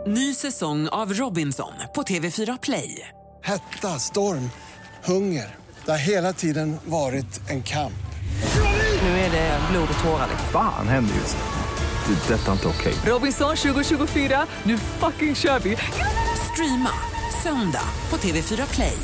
Ny säsong av Robinson på TV4 Play. Hetta, storm, hunger. Det har hela tiden varit en kamp. Nu är det blod och tårar. Fan händer just nu. Det. Detta är inte okej. Robinson 2024, nu fucking kör vi. Streama söndag på TV4 Play.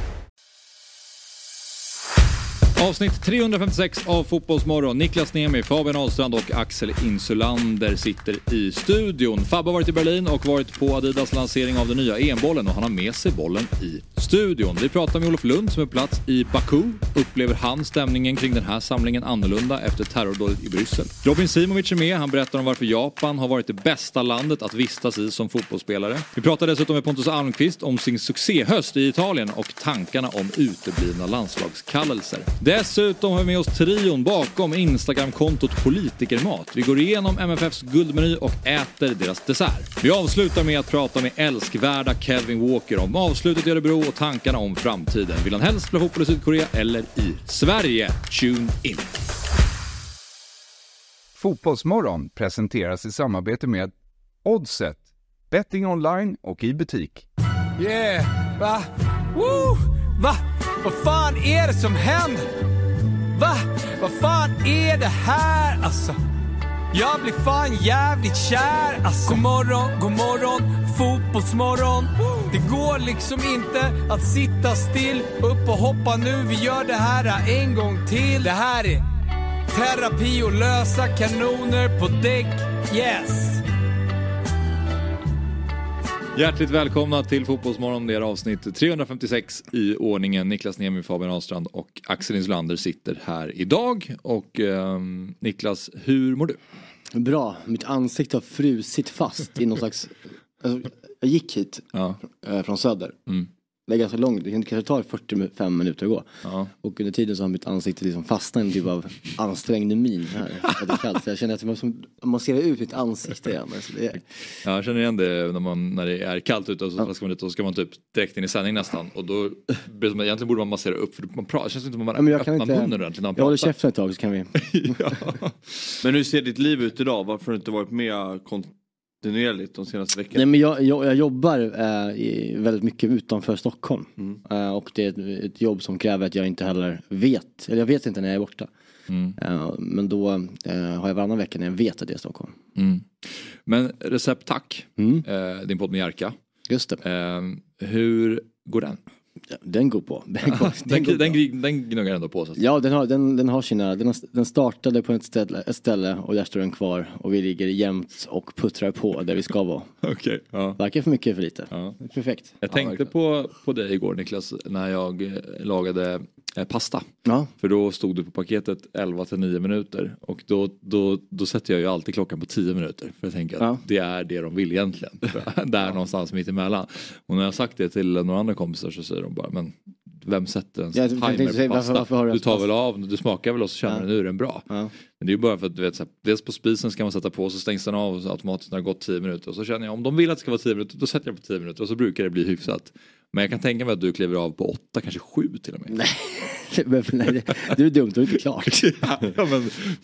Avsnitt 356 av Fotbollsmorgon. Niklas Niemi, Fabian Ahlstrand och Axel Insulander sitter i studion. Fabbe har varit i Berlin och varit på Adidas lansering av den nya EM-bollen och han har med sig bollen i studion. Vi pratar med Olof Lund som är på plats i Baku. Upplever han stämningen kring den här samlingen annorlunda efter terrordådet i Bryssel? Robin Simovic är med. Han berättar om varför Japan har varit det bästa landet att vistas i som fotbollsspelare. Vi pratar dessutom med Pontus Almqvist om sin succéhöst i Italien och tankarna om uteblivna landslagskallelser. Dessutom har vi med oss trion bakom Instagram-kontot Politikermat. Vi går igenom MFFs guldmeny och äter deras dessert. Vi avslutar med att prata med älskvärda Kevin Walker om avslutet i Örebro och tankarna om framtiden. Vill han helst spela fotboll i Sydkorea eller i Sverige? Tune in! Fotbollsmorgon presenteras i samarbete med Oddset, betting online och i butik. Yeah, va? Woo! Va? Vad fan är det som händer? Va? Vad fan är det här? Alltså, jag blir fan jävligt kär. Alltså, god morgon, fotbollsmorgon. Det går liksom inte att sitta still. Upp och hoppa nu, vi gör det här en gång till. Det här är terapi och lösa kanoner på däck. Yes! Hjärtligt välkomna till Fotbollsmorgon. Det är avsnitt 356 i ordningen. Niklas Niemi, Fabian Ahlstrand och Axel Insulander sitter här idag. Och Niklas, hur mår du? Bra, mitt ansikte har frusit fast i någon slags... Alltså, jag gick hit från söder. Det är ganska långt, det kanske tar 45 minuter att gå. Och under tiden så har mitt ansikte liksom fastnat i en typ av ansträngd min här. Så jag känner att man ser ut mitt ansikte igen. Alltså det är... Ja, jag känner igen det när det är kallt ute och så ska man ut och ska man typ direkt in i sändning nästan. Och då egentligen borde man massera upp för man pratar. Det känns inte som att man öppnar munnen ordentligt när man pratar. Jag håller käften ett tag så kan vi... Men hur ser ditt liv ut idag? Varför har du inte varit med kontinuerligt de senaste veckorna? Nej, men jag jobbar väldigt mycket utanför Stockholm. Och det är ett jobb som kräver att jag inte heller vet. Eller jag vet inte när jag är borta. Men då har jag varannan vecka när jag vet att det är Stockholm. Men Recept Tack, din podd med Jerka. Just det. Hur går den? Ja, den går på. Den gnuggar ändå på sig. Ja, den har sina... Den startade på ett ställe och där står den kvar. Och vi ligger jämt och puttrar på där vi ska vara. Okej. Ja. Varken för mycket för lite. Ja. Perfekt. Jag tänkte på dig igår, Niklas, när jag lagade pasta. Ja. För då stod du på paketet 11-9 minuter. Och då sätter jag ju alltid klockan på 10 minuter. För jag tänker att det är det de vill egentligen. Där någonstans mitt emellan. Och när jag sagt det till några andra kompisar så säger de bara, men vem sätter en timer på pasta? Du tar väl av, du smakar väl och så känner du nu är den bra. Men det är ju bara för att du vet, så här, dels på spisen ska man sätta på så stängs den av så automatiskt när det har gått 10 minuter. Och så känner jag, om de vill att det ska vara 10 minuter då sätter jag på 10 minuter och så brukar det bli hyfsat. Men jag kan tänka mig att du kliver av på 8, kanske 7 till och med. Nej, det är dumt, det är inte klart. Ja, men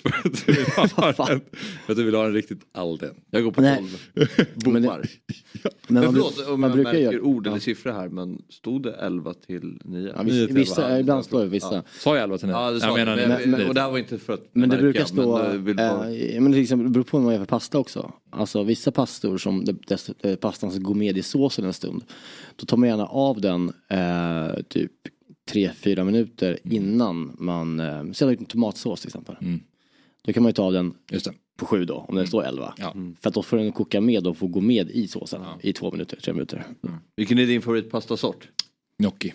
för att du vill ha en riktigt all den. Jag går på 12 bommar. Men förlåt, om jag märker ord eller siffror här, men stod det 11-9? Ja, vissa, ibland står det vissa. Sa jag 11-9? Ja, det sa men, och det här var inte för att men det märka, brukar stå, men det liksom, beror på vad man gör för pasta också. Alltså vissa pastor som pastan ska gå med i såsen en stund. Då tar man gärna av den typ 3-4 minuter innan man sätter en tomatsås till exempel. Då kan man ju ta av den på 7 då, om den står 11. För att då får den koka med och få gå med i såsen i 2 minuter, 3 minuter. Vilken är din favoritpastasort? Gnocchi.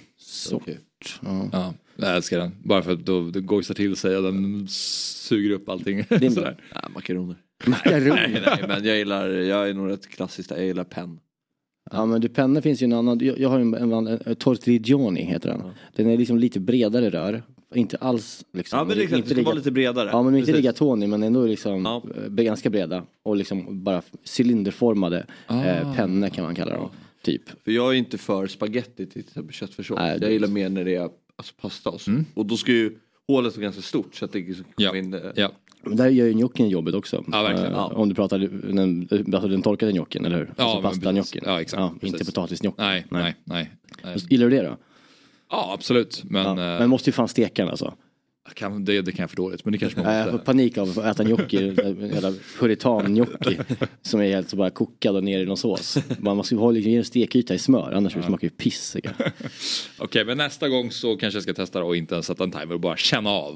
Ja, jag älskar den. Bara för att då gojsar till sig och den suger upp allting. Sådär. Makaroner. Nej, men jag är nog rätt klassiskt. Jag gillar penn. Ja, men penne finns ju en annan. Jag har en tortiglioni heter den. Den är liksom lite bredare rör. Inte alls liksom. Ja, men det ska vara lite bredare. Ja, men inte rigatoni, men ändå liksom ganska breda. Och liksom bara cylinderformade penne kan man kalla dem. Typ. För jag är inte för spaghetti till köttfärssås. Jag gillar mer när det är alltså pasta. Och då ska ju hålet var ganska stort så att det kom in. Ja. Men där gör ju njocken jobbet också. Ja, verkligen. Om du pratar den torkade njocken, eller hur? Ja, pasta njocken. Ja, exakt. Inte potatisnjocken. Nej. Gillar du det då? Ja, absolut. Men måste ju fan steka den alltså. Det kan jag för dåligt, men det kanske man jag får panik av att äta gnocchi, eller puritan-gnocchi som är helt så bara kokad och ner i någon sås. Man måste ju hålla en stekyta i smör, annars smakar ju piss. Okej, men nästa gång så kanske jag ska testa och inte ens sätta en timer och bara känna av.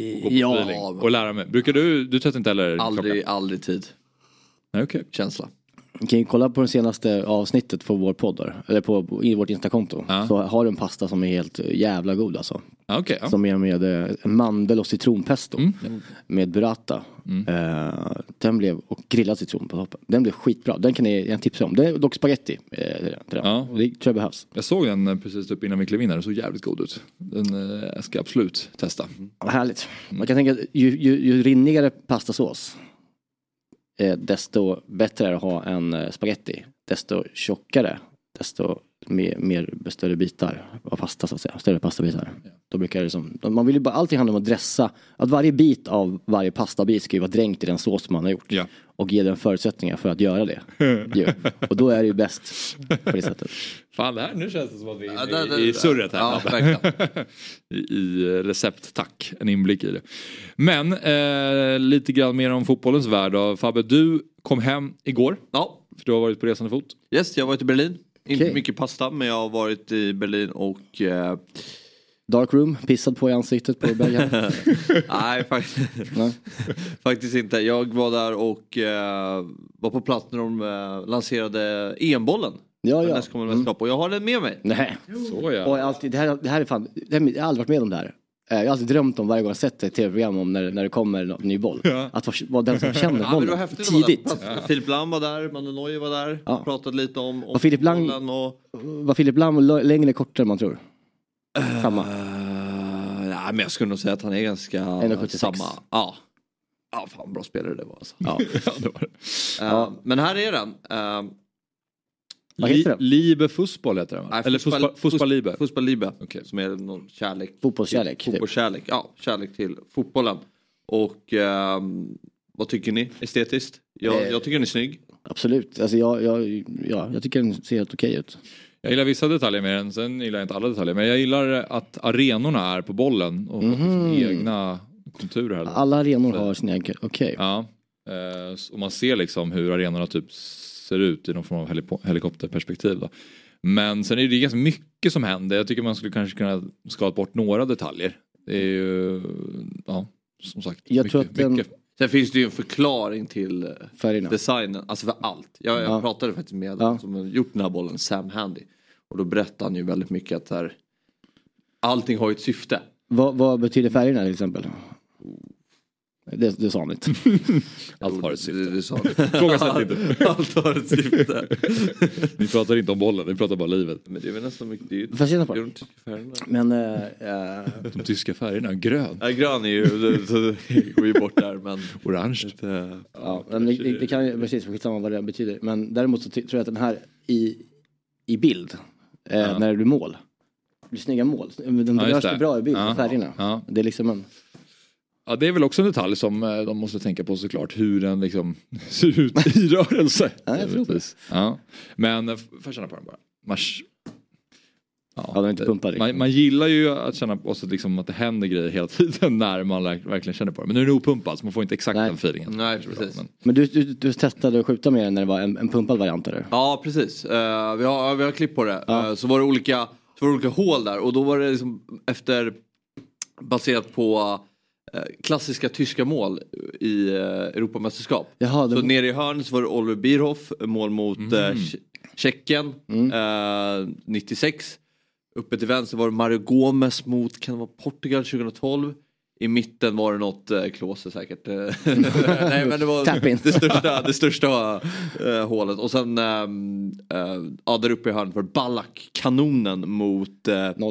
Och lära mig. Brukar du testar inte heller aldrig tid. Okej. Känsla. Kan ju kolla på det senaste avsnittet på vår poddar, eller i vårt Instakonto. Så har du en pasta som är helt jävla god alltså. Okay, ja. Som är med mandel och citronpesto med burrata. Den blev, och grillad citron på toppen. Den blev skitbra. Den kan jag tipsa om. Det är dock spaghetti. Och det tror jag behövs. Jag såg den precis upp innan vi klev in här. Den såg jävligt god ut. Den ska jag absolut testa. Härligt. Man kan tänka att ju rinnigare pastasås, desto bättre är det att ha en spaghetti. Desto tjockare, desto större bitar av pasta så att säga. Större pastabitar. Då brukar det man vill ju bara, allting handlar om att dressa. Att varje bit av varje pastabit ska ju vara dränkt i den sås man har gjort. Och ge den förutsättningar för att göra det. Och då är det ju bäst på det sättet. Fan, det här, nu känns det som att vi är i surret här. I recept, tack. En inblick i det. Men lite grann mer om fotbollens värld då. Fabbe, du kom hem igår. Ja. För du har varit på resande fot. Yes, jag har varit i Berlin. Inte mycket pasta, men jag har varit i Berlin och... Dark room, pissad på i ansiktet på Bergen. Nej, faktiskt inte. Jag var där och var på plats när de lanserade EM-bollen. Ja. Och jag har den med mig. Nej. Så ja. Och det här är fan, jag har aldrig varit med om det här. Jag har alltid drömt om varje gång jag sett ett tv-program om när det kommer en ny boll. Att vara den som känner bollen tidigt. Filip Lam var där, Manu Neuer var där. Pratade lite om var Filip Lam längre eller kortare än man tror? Samma. Nej, men jag skulle nog säga att han är ganska 1,76. samma. Ja, fan bra spelare det var alltså. Det var det. Men här är den. Vad heter den? Liebe Fußball heter den, va? Eller Fußball Liebe. Fußball Liebe. Okay. Som är någon kärlek. Fotbollskärlek. Fotbollskärlek. Ja, kärlek till fotbollen. Och vad tycker ni estetiskt? Jag tycker den är snygg. Absolut. Alltså jag tycker den ser helt okej ut. Jag gillar vissa detaljer mer än sen gillar jag inte alla detaljer. Men jag gillar att arenorna är på bollen och egna konturer. Här. Alla arenor har sina egna, okej. Ja. Och man ser liksom hur arenorna typ ser ut i någon form av helikopterperspektiv då. Men sen är det ganska mycket som händer. Jag tycker man skulle kanske kunna skala bort några detaljer. Det är ju, som sagt, mycket. Sen finns det ju en förklaring till färgerna. Designen, alltså för allt. Jag pratade faktiskt med som har gjort den här bollen, Sam Handy. Och då berättade han ju väldigt mycket att här, allting har ju ett syfte. Vad betyder färgerna till exempel? Det sa han inte. Allt har ett syfte. Det sa han. Frågasätt inte. Allt har ett syfte. Ni pratar inte om bollen, ni pratar bara livet. Men det är väl nästan mycket dyrt. Får jag känna på det? Men de tyska färgerna, grön. Ja, grön är ju, det går ju bort där. Men orange. Men det kan ju precis få skitsamma vad det betyder. Men däremot så tror jag att den här i bild, när det blir mål. Det blir snygga mål. Den görs det bra i bild, färgerna. Ja. Det är liksom en... Ja, det är väl också en detalj som de måste tänka på såklart. Hur den liksom ser ut i rörelse. Ja. Men får känna på den bara. Den är inte pumpad. Man gillar ju att känna på sig liksom att det händer grejer hela tiden när man verkligen känner på det. Men nu är det opumpad så man får inte exakt den feelingen. Nej, precis. Men du testade att skjuta med den när det var en pumpad variant eller? Ja, precis. Vi har klipp på det. Så var det olika hål där. Och då var det liksom baserat på klassiska tyska mål i Europamästerskap. Så nere i hörn så var det Oliver Bierhoff, mål mot Tjeckien 96. Uppe till vänster var det Mario Gomes mot, kan det vara Portugal 2012. I mitten var det något Klose säkert. Nej, men det var det största hålet. Och sen där uppe i hörnet var Ballack, kanonen mot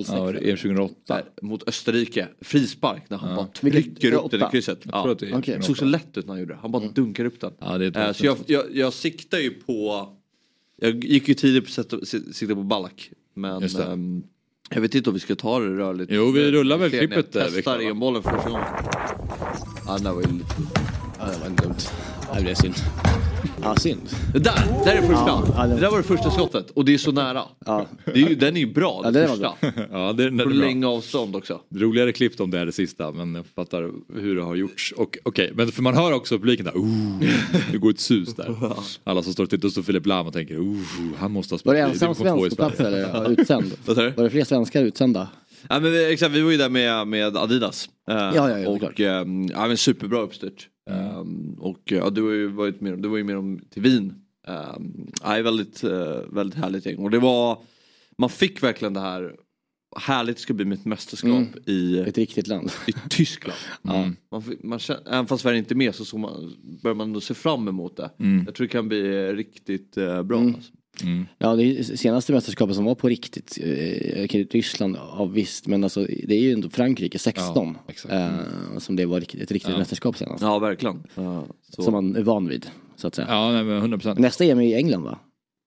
2008 mot Österrike. Frispark när han bara trycker upp den i krysset. Det såg så lätt ut när han gjorde det. Han bara dunkar upp den. Så jag siktar ju på... Jag gick ju tidigt på att sikta på Ballack. Men Jag vet inte om vi ska ta det rörligt. Jo, vi rullar väl klippet där. Testar enbollen första gången. Ja, det var ju lite... Ja, det var inte dumt. Det blev synd. Ja, synd. Där är första. Ja, det där var det första skottet. Och det är så nära. Ja. Den är ju bra, ja, det första. Ja, det är på länge avstånd också. Roligare klippt om det är det sista, men jag fattar hur det har gjorts. Och okej, men för man hör också publiken där, det går ett sus där. Alla som står och tittar och står Filip Lahm och tänker, han måste ha spelat. Var det ensam svensk på plats eller utsänd? Var det fler svenskar utsända? Ja, men exakt, vi var ju där med Adidas. Och men superbra uppstyrt. Och du har ju varit med, du var ju med dem till Wien. Väldigt, väldigt härligt gäng. Och det var, man fick verkligen det här, härligt ska bli med ett mästerskap i ett riktigt land. I Tyskland. Man känner, även fast Sverige inte är med så börjar man ändå se fram emot det. Jag tror det kan bli riktigt bra. Alltså. Ja, det är senaste mästerskapet som var på riktigt Ryssland, visst, men alltså det är ju ändå Frankrike 16 som det var ett riktigt mästerskap senast. Ja, verkligen. Som man är van vid, så att säga. Ja, nej, 100%. Nästa EM är i England, va?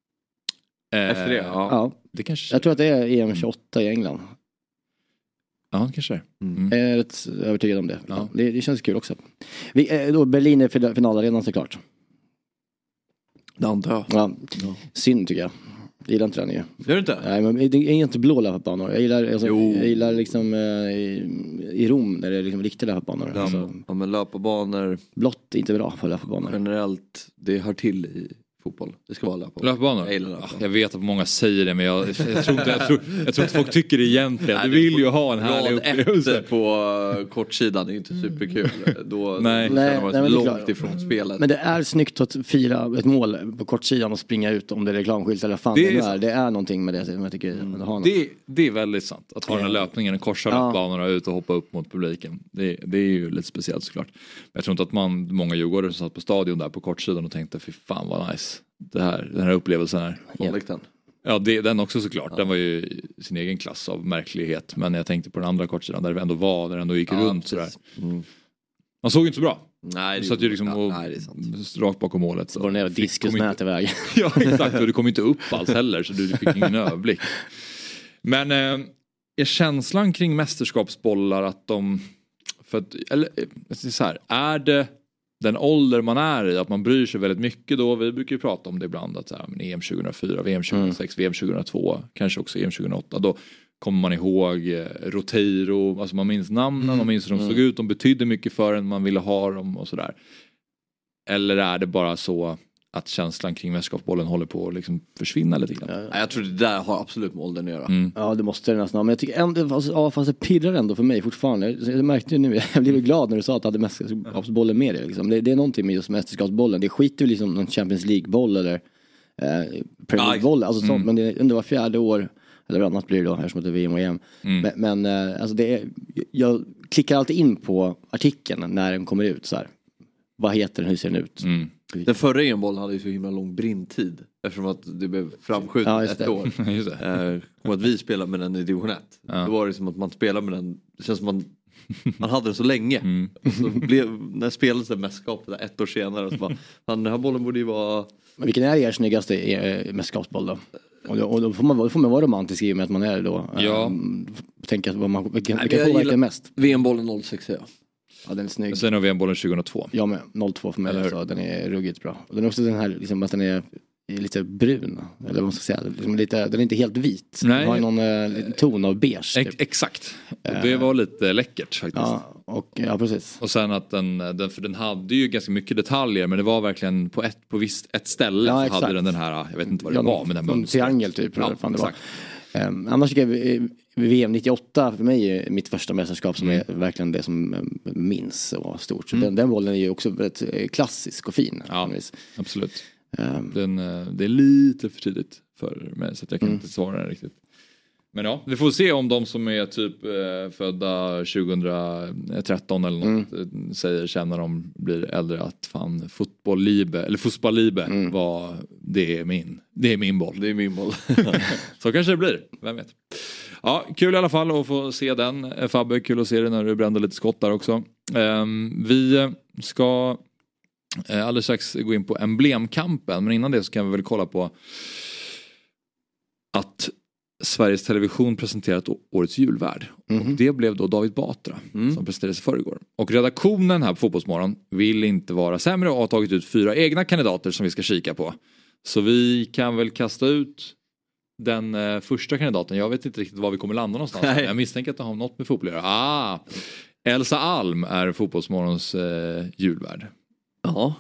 Efter det, ja. Det kanske... Jag tror att det är EM 28 i England. Ja, kanske. Jag är rätt övertygad om det. Ja. Det känns kul också. Då Berlin är finalarenan såklart. Det antar jag. Ja. Synd tycker jag. Jag gillar inte den ju. Gör du inte? Nej, men det är inte blå löparbanor. Jag gillar liksom i Rom där det är liksom riktiga löparbanor. Ja, men löparbanor. Blått är inte bra för löparbanor. Generellt, det hör till i fotboll. Det ska vara löparbanor. Jag vet att många säger det, men jag tror inte folk tycker det egentligen. Du vill ju ha en härlig upplevelse. På kortsidan är inte superkul. Då nej, man långt ifrån spelet. Men det är snyggt att fira ett mål på kortsidan och springa ut om det är reklamskylt eller fan det är någonting med det som jag tycker. Det är väldigt sant. Att ha den här löpningen, korsa löpbanorna ut och hoppa upp mot publiken. Det är ju lite speciellt såklart. Men jag tror inte att många djurgårdare som satt på stadion där på kortsidan och tänkte fy fan vad nice. Den här upplevelsen här. Ja, den också såklart. Ja. Den var ju sin egen klass av märklighet. Men jag tänkte på den andra kortsidan där det ändå var, där det ändå gick runt sådär. Man såg inte så bra. Nej, det satt ju liksom rakt bakom målet. Så var det ner och diskusnät iväg. Ja, exakt. Och det kom inte upp alls heller, så du fick ingen överblick. Men är känslan kring mästerskapsbollar att de... är det den ålder man är i, att man bryr sig väldigt mycket då? Vi brukar ju prata om det ibland, att EM 2004, VM 2006, VM 2002, kanske också EM 2008, då kommer man ihåg Roteiro, alltså man minns namnen, man minns hur de såg ut, de betydde mycket för en, man ville ha dem och sådär. Eller är det bara så att känslan kring mästerskapsbollen håller på att liksom försvinna lite grann? Jag tror det där har absolut med åldern att göra. Ja, det måste det nästan ha. Men jag tycker ändå, fast det pirrar ändå för mig fortfarande. Jag märkte ju nu, jag blev glad när du sa att du hade mästerskapsbollen med dig. Liksom. Det är någonting med just mästerskapsbollen. Det skiter ju liksom någon Champions League-boll eller Premier League-boll. Alltså sånt, men det under var 4:e år. Eller annat blir det då, här som heter VM och EM. Men alltså jag klickar alltid in på artikeln när den kommer ut så här. Vad heter den, hur ser den ut? Den förra EM-bollen hade ju så himla lång brintid. Eftersom att det blev framskjutet ett år. Och att vi spelade med den i division 1. Då var det som att man spelade med den. Det känns som man hade den så länge. Så när spelades det mästerskapet ett år senare. Så bara, den här bollen borde ju vara... Men vilken är er snyggaste mästerskapsboll då? Och då får man vara romantisk i och med att man är då. Tänka att vilken påverkar mest. VM-bollen 06 är jag. Ja, den är snygg. Jag säger nog VM-bollen 2002. Ja, men 02 för mig, så den är ruggigt bra. Och den är också den här, liksom, att den är lite brun. Eller vad man ska säga. Liksom den är inte helt vit. Nej. Den har någon ton av beige. Typ. Exakt. Det var lite läckert faktiskt. Ja, precis. Och sen att för den hade ju ganska mycket detaljer, men det var verkligen på ett ställe så hade den här, jag vet inte vad det var, men den mönstret. Triangel typ. Ja, fan det var. Annars tycker jag VM 98 för mig är mitt första mästerskap som är verkligen det som minns och var stort. Så den bollen är ju också väldigt klassisk och fin. Ja, absolut. Det är lite för tidigt för mig, så att jag kan inte svara den riktigt. Men ja, vi får se om de som är typ födda 2013 eller något känner de blir äldre att fan fotbolllibe var det är min boll. Det är min boll. Så kanske det blir, vem vet. Ja, kul i alla fall att få se den. Fabbe, kul att se det när du brände lite skott där också. Vi ska alldeles strax gå in på emblemkampen, men innan det så kan vi väl kolla på att Sveriges Television presenterat årets julvärd. Och det blev då David Batra som presenterades i förrgår. Och redaktionen här på Fotbollsmorgon vill inte vara sämre och har tagit ut 4 egna kandidater som vi ska kika på. Så vi kan väl kasta ut den första kandidaten. Jag vet inte riktigt var vi kommer landa någonstans. Nej. Jag misstänker att det har något med fotboll att göra. Elsa Alm är Fotbollsmorgons julvärd. Ja.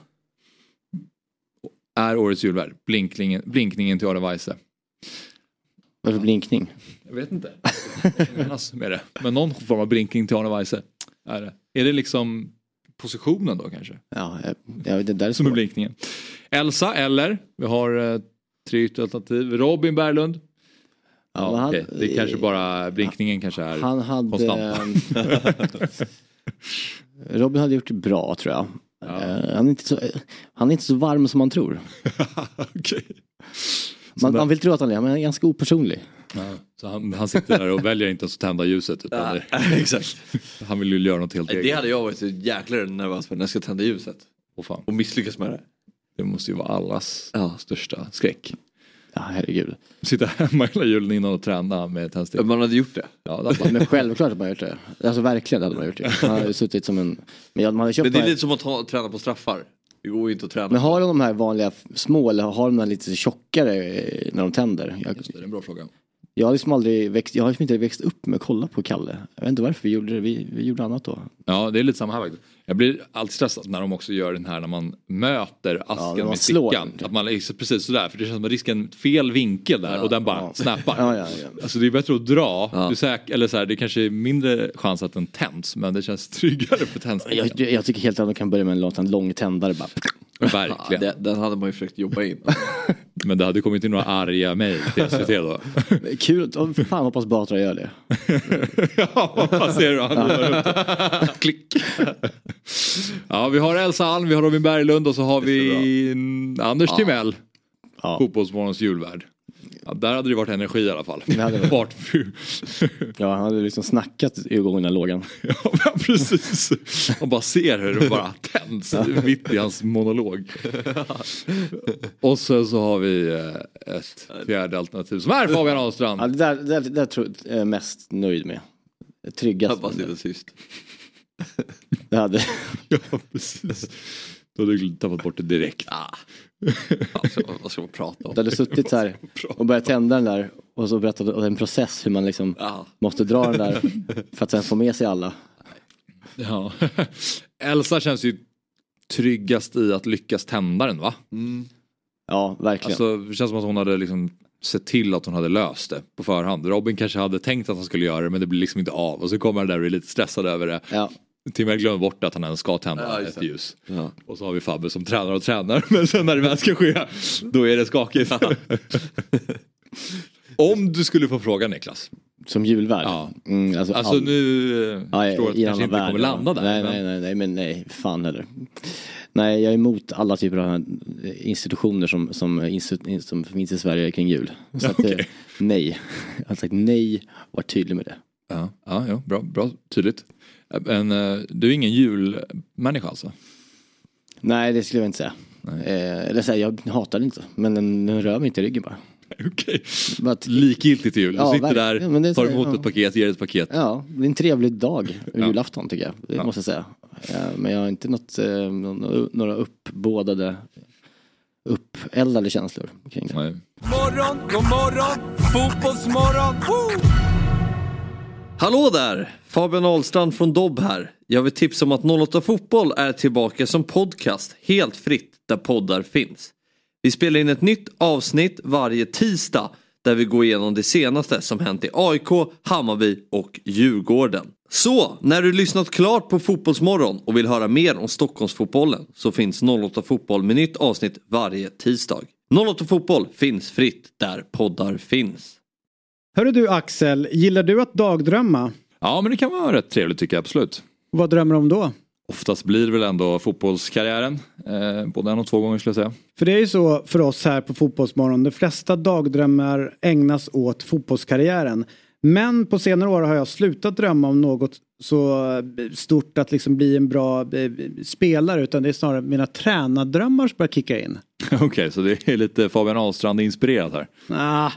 Är årets julvärd. Blinkningen till Adam Weise. Varför blinkning? Jag vet inte. Med det. Men någon form av blinkning till Arne Weise. Är det liksom positionen då kanske? Ja, jag vet inte. Som är blinkningen. Elsa eller, vi har 3 alternativ. Robin Berglund. Ja, okej. Det är kanske bara blinkningen kanske är konstant. Robin hade gjort det bra tror jag. Ja. Han är inte så varm som man tror. Okej. Man vill tro att han är ganska opersonlig. Ja, så han sitter där och väljer inte att tända ljuset. Utan exakt. Han vill ju göra något helt eget. Det hade jag varit så jäkla nervös för när jag ska tända ljuset. Och misslyckas med det. Det måste ju vara allas största skräck. Ja, herregud. Sitta hemma hela julen innan och träna med tändstick. Man hade gjort det. Ja, men självklart hade man gjort det. Alltså verkligen hade man gjort det. Man hade suttit som en... Men det är lite som att träna på straffar. Det går ju inte att träna. Men har de här vanliga små eller har de lite tjockare när de tänder? Det är en bra fråga. Jag har liksom inte växt upp med att kolla på Kalle. Jag vet inte varför vi gjorde det. Vi gjorde annat då. Ja, det är lite samma här faktiskt. Jag blir alltid stressad när de också gör den här när man möter asken med stickan. Att man är precis sådär. För det känns som att risken fel vinkel där och den bara snappar. Ja. Alltså det är bättre att dra. Eller så här, det kanske är mindre chans att den tänds. Men det känns tryggare för tändsticken. Jag tycker helt att man kan börja med en lång tändare bara. Verkligen. Den hade man ju försökt jobba in. Men det hade kommit in några arga mejl till SVT då. Kul, fan hoppas Batra gör det. Ja, vad ser du? Han klick. Ja, vi har Elsa Alm, vi har Robin Berglund och så har vi Anders Timell. Fotbollsmorgons julvärd. Ja, där hade det varit energi i alla fall. Ja, han hade liksom snackat i gången den lågan. Ja, precis. Man bara ser hur det bara tänds mitt i hans monolog. Och så har vi ett fjärde alternativ som är Fabian Ahlstrand. Ja, det tror jag är mest nöjd med. Tryggast. Jag bara sitter tyst. Det hade. Ja, precis. Då hade du tappat bort det direkt. Alltså, vad ska man prata om? Du hade suttit så här och börjat tända den där och så berättat om en process hur man liksom måste dra den där för att sen få med sig alla. Ja. Elsa känns ju tryggast i att lyckas tända den, va? Ja, verkligen. Alltså, det känns som att hon hade liksom sett till att hon hade löst det på förhand. Robin kanske hade tänkt att han skulle göra det, men det blir liksom inte av. Och så kommer han där och är lite stressad över det. Ja. Timmer glömmer bort att han ens ska tända ett ljus. Ja. Och så har vi Fabbe som tränar. Men sen när det väl ska ske, då är det skakigt. Om du skulle få fråga, Niklas. Som julvärd? Ja. Alltså nu förstår att kanske inte kommer landa där. Nej, fan heller. Nej, jag är emot alla typer av institutioner som finns i Sverige kring jul. Så att, nej. Jag har sagt nej och varit tydlig med det. Ja, bra, tydligt. Men du är ingen julmänniska alltså? Nej, det skulle jag inte säga. Eller säga, jag hatar det inte. Men den rör mig inte i ryggen bara. Okej. Likgiltigt till jul. Du sitter där, tar emot ett paket, ger ett paket. Ja, det är en trevlig dag. Julafton tycker jag. Det måste jag säga. Men jag har inte några uppbådade uppeldade känslor kring det. God morgon, fotbollsmorgon. Woo! Hallå där, Fabian Ahlstrand från Dobb här. Jag vill tipsa om att 08 Fotboll är tillbaka som podcast helt fritt där poddar finns. Vi spelar in ett nytt avsnitt varje tisdag där vi går igenom det senaste som hänt i AIK, Hammarby och Djurgården. Så, när du lyssnat klart på Fotbollsmorgon och vill höra mer om Stockholmsfotbollen så finns 08 Fotboll med nytt avsnitt varje tisdag. 08 Fotboll finns fritt där poddar finns. Hörru du Axel, gillar du att dagdrömma? Ja, men det kan vara rätt trevligt tycker jag, absolut. Vad drömmer du om då? Oftast blir det väl ändå fotbollskarriären. Både 1 och 2 gånger skulle jag säga. För det är ju så för oss här på Fotbollsmorgon. De flesta dagdrömmar ägnas åt fotbollskarriären. Men på senare år har jag slutat drömma om något så stort att liksom bli en bra spelare. Utan det är snarare mina tränardrömmar som börjar kicka in. Okej, så det är lite Fabian Ahlstrand inspirerat här.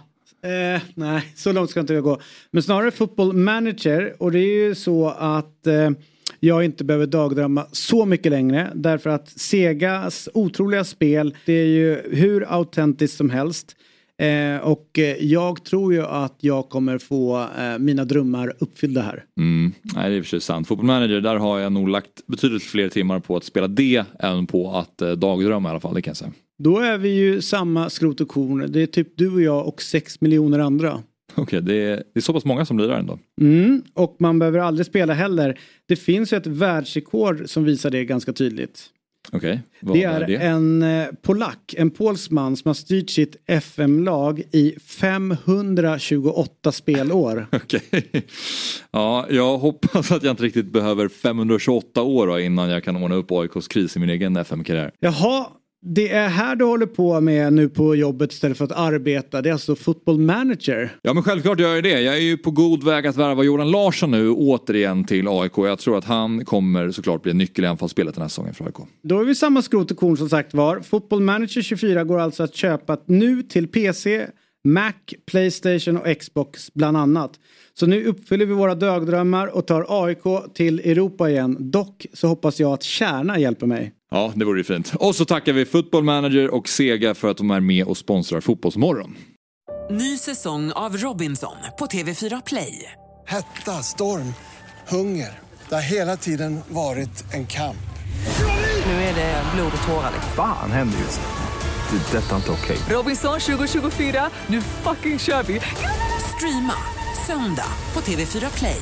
Nej, så långt ska inte jag gå. Men snarare football manager. Och det är ju så att jag inte behöver dagdrömma så mycket längre. Därför att Segas otroliga spel, det är ju hur autentiskt som helst. Och jag tror ju att jag kommer få mina drömmar uppfyllda här. Nej, det är för sig sant. Football Manager, där har jag nog lagt betydligt fler timmar på att spela det än på att dagdrömma i alla fall, det kan jag säga. Då är vi ju samma skrot och korn. Det är typ du och jag och 6 miljoner andra. Okej, det är så pass många som lirar ändå. Och man behöver aldrig spela heller. Det finns ju ett världsrekord som visar det ganska tydligt. Okej, det är en polack, en polsman som har styrt sitt FM-lag i 528 spelår. Okej. Ja, jag hoppas att jag inte riktigt behöver 528 år då, innan jag kan ordna upp AIKs kris i min egen FM-karriär. Jaha, det är här du håller på med nu på jobbet istället för att arbeta. Det är alltså football manager. Ja, men självklart gör jag det. Jag är ju på god väg att värva Jordan Larsson nu återigen till AIK. Jag tror att han kommer såklart bli en nyckel i anfallsspelet den här säsongen för AIK. Då är vi samma skrot och korn som sagt var. Football Manager 24 går alltså att köpa nu till PC, Mac, Playstation och Xbox bland annat. Så nu uppfyller vi våra dagdrömmar och tar AIK till Europa igen. Dock så hoppas jag att Kärna hjälper mig. Ja, det vore ju fint. Och så tackar vi Football Manager och Sega för att de är med och sponsrar Fotbollsmorgon. Ny säsong av Robinson på TV4 Play. Hetta, storm, hunger. Det har hela tiden varit en kamp. Nu är det blod och tårar. Fan händer just det. Det är detta inte okej. Robinson 2024, nu fucking kör vi. Streama söndag på TV4 Play.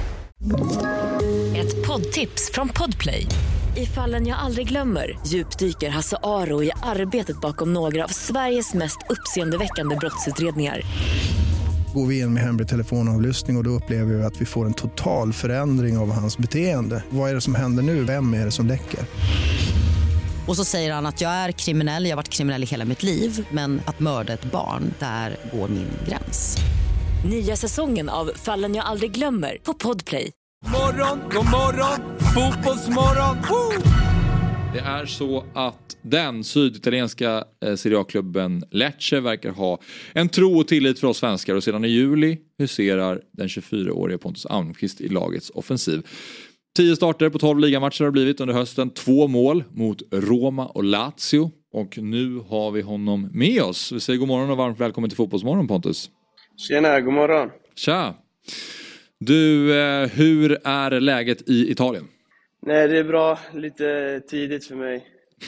Ett poddtips från Podplay. I Fallen jag aldrig glömmer djupdyker Hasse Aro i arbetet bakom några av Sveriges mest uppseendeväckande brottsutredningar. Går vi in med hemlig telefonavlyssning och då upplever vi att vi får en total förändring av hans beteende. Vad är det som händer nu? Vem är det som läcker? Och så säger han att jag är kriminell, jag har varit kriminell i hela mitt liv. Men att mörda ett barn, där går min gräns. Nya säsongen av Fallen jag aldrig glömmer på Podplay. God morgon, fotbollsmorgon. Det är så att den syditalienska Serie A-klubben Lecce verkar ha en tro och tillit för oss svenskar. Och sedan i juli huserar den 24-åriga Pontus Almqvist i lagets offensiv. 10 starter på 12 ligamatcher har blivit under hösten. 2 mål mot Roma och Lazio. Och nu har vi honom med oss. Vi säger god morgon och varmt välkommen till Fotbollsmorgon, Pontus. Tjena, god morgon. Tja. Du, hur är läget i Italien? Nej, det är bra. Lite tidigt för mig.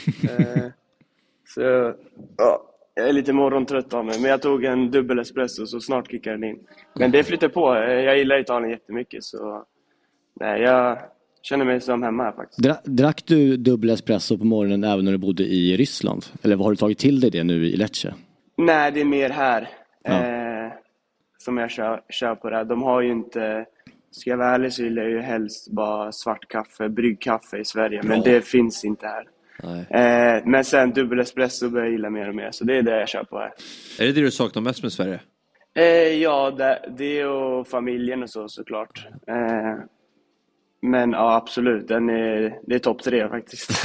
Så ja, jag är lite morgontrött av mig. Men jag tog en dubbel espresso så snart kickar den in. Men det flyttar på. Jag gillar Italien jättemycket. Så nej, jag känner mig som hemma här faktiskt. Drack du dubbel espresso på morgonen även när du bodde i Ryssland? Eller har du tagit till dig det nu i Lecce? Nej, det är mer här. Ja. Som jag kör på det. De har ju inte, ska jag vara ärlig så gillar jag ju helst bara svart kaffe, bryggkaffe i Sverige. Men det finns inte här. Men sen dubbel espresso börjar jag gilla mer och mer. Så det är det jag kör på här. Är det det du saknar mest med Sverige? Ja, det och familjen och såklart. Men ja, absolut. Det är topp 3 faktiskt.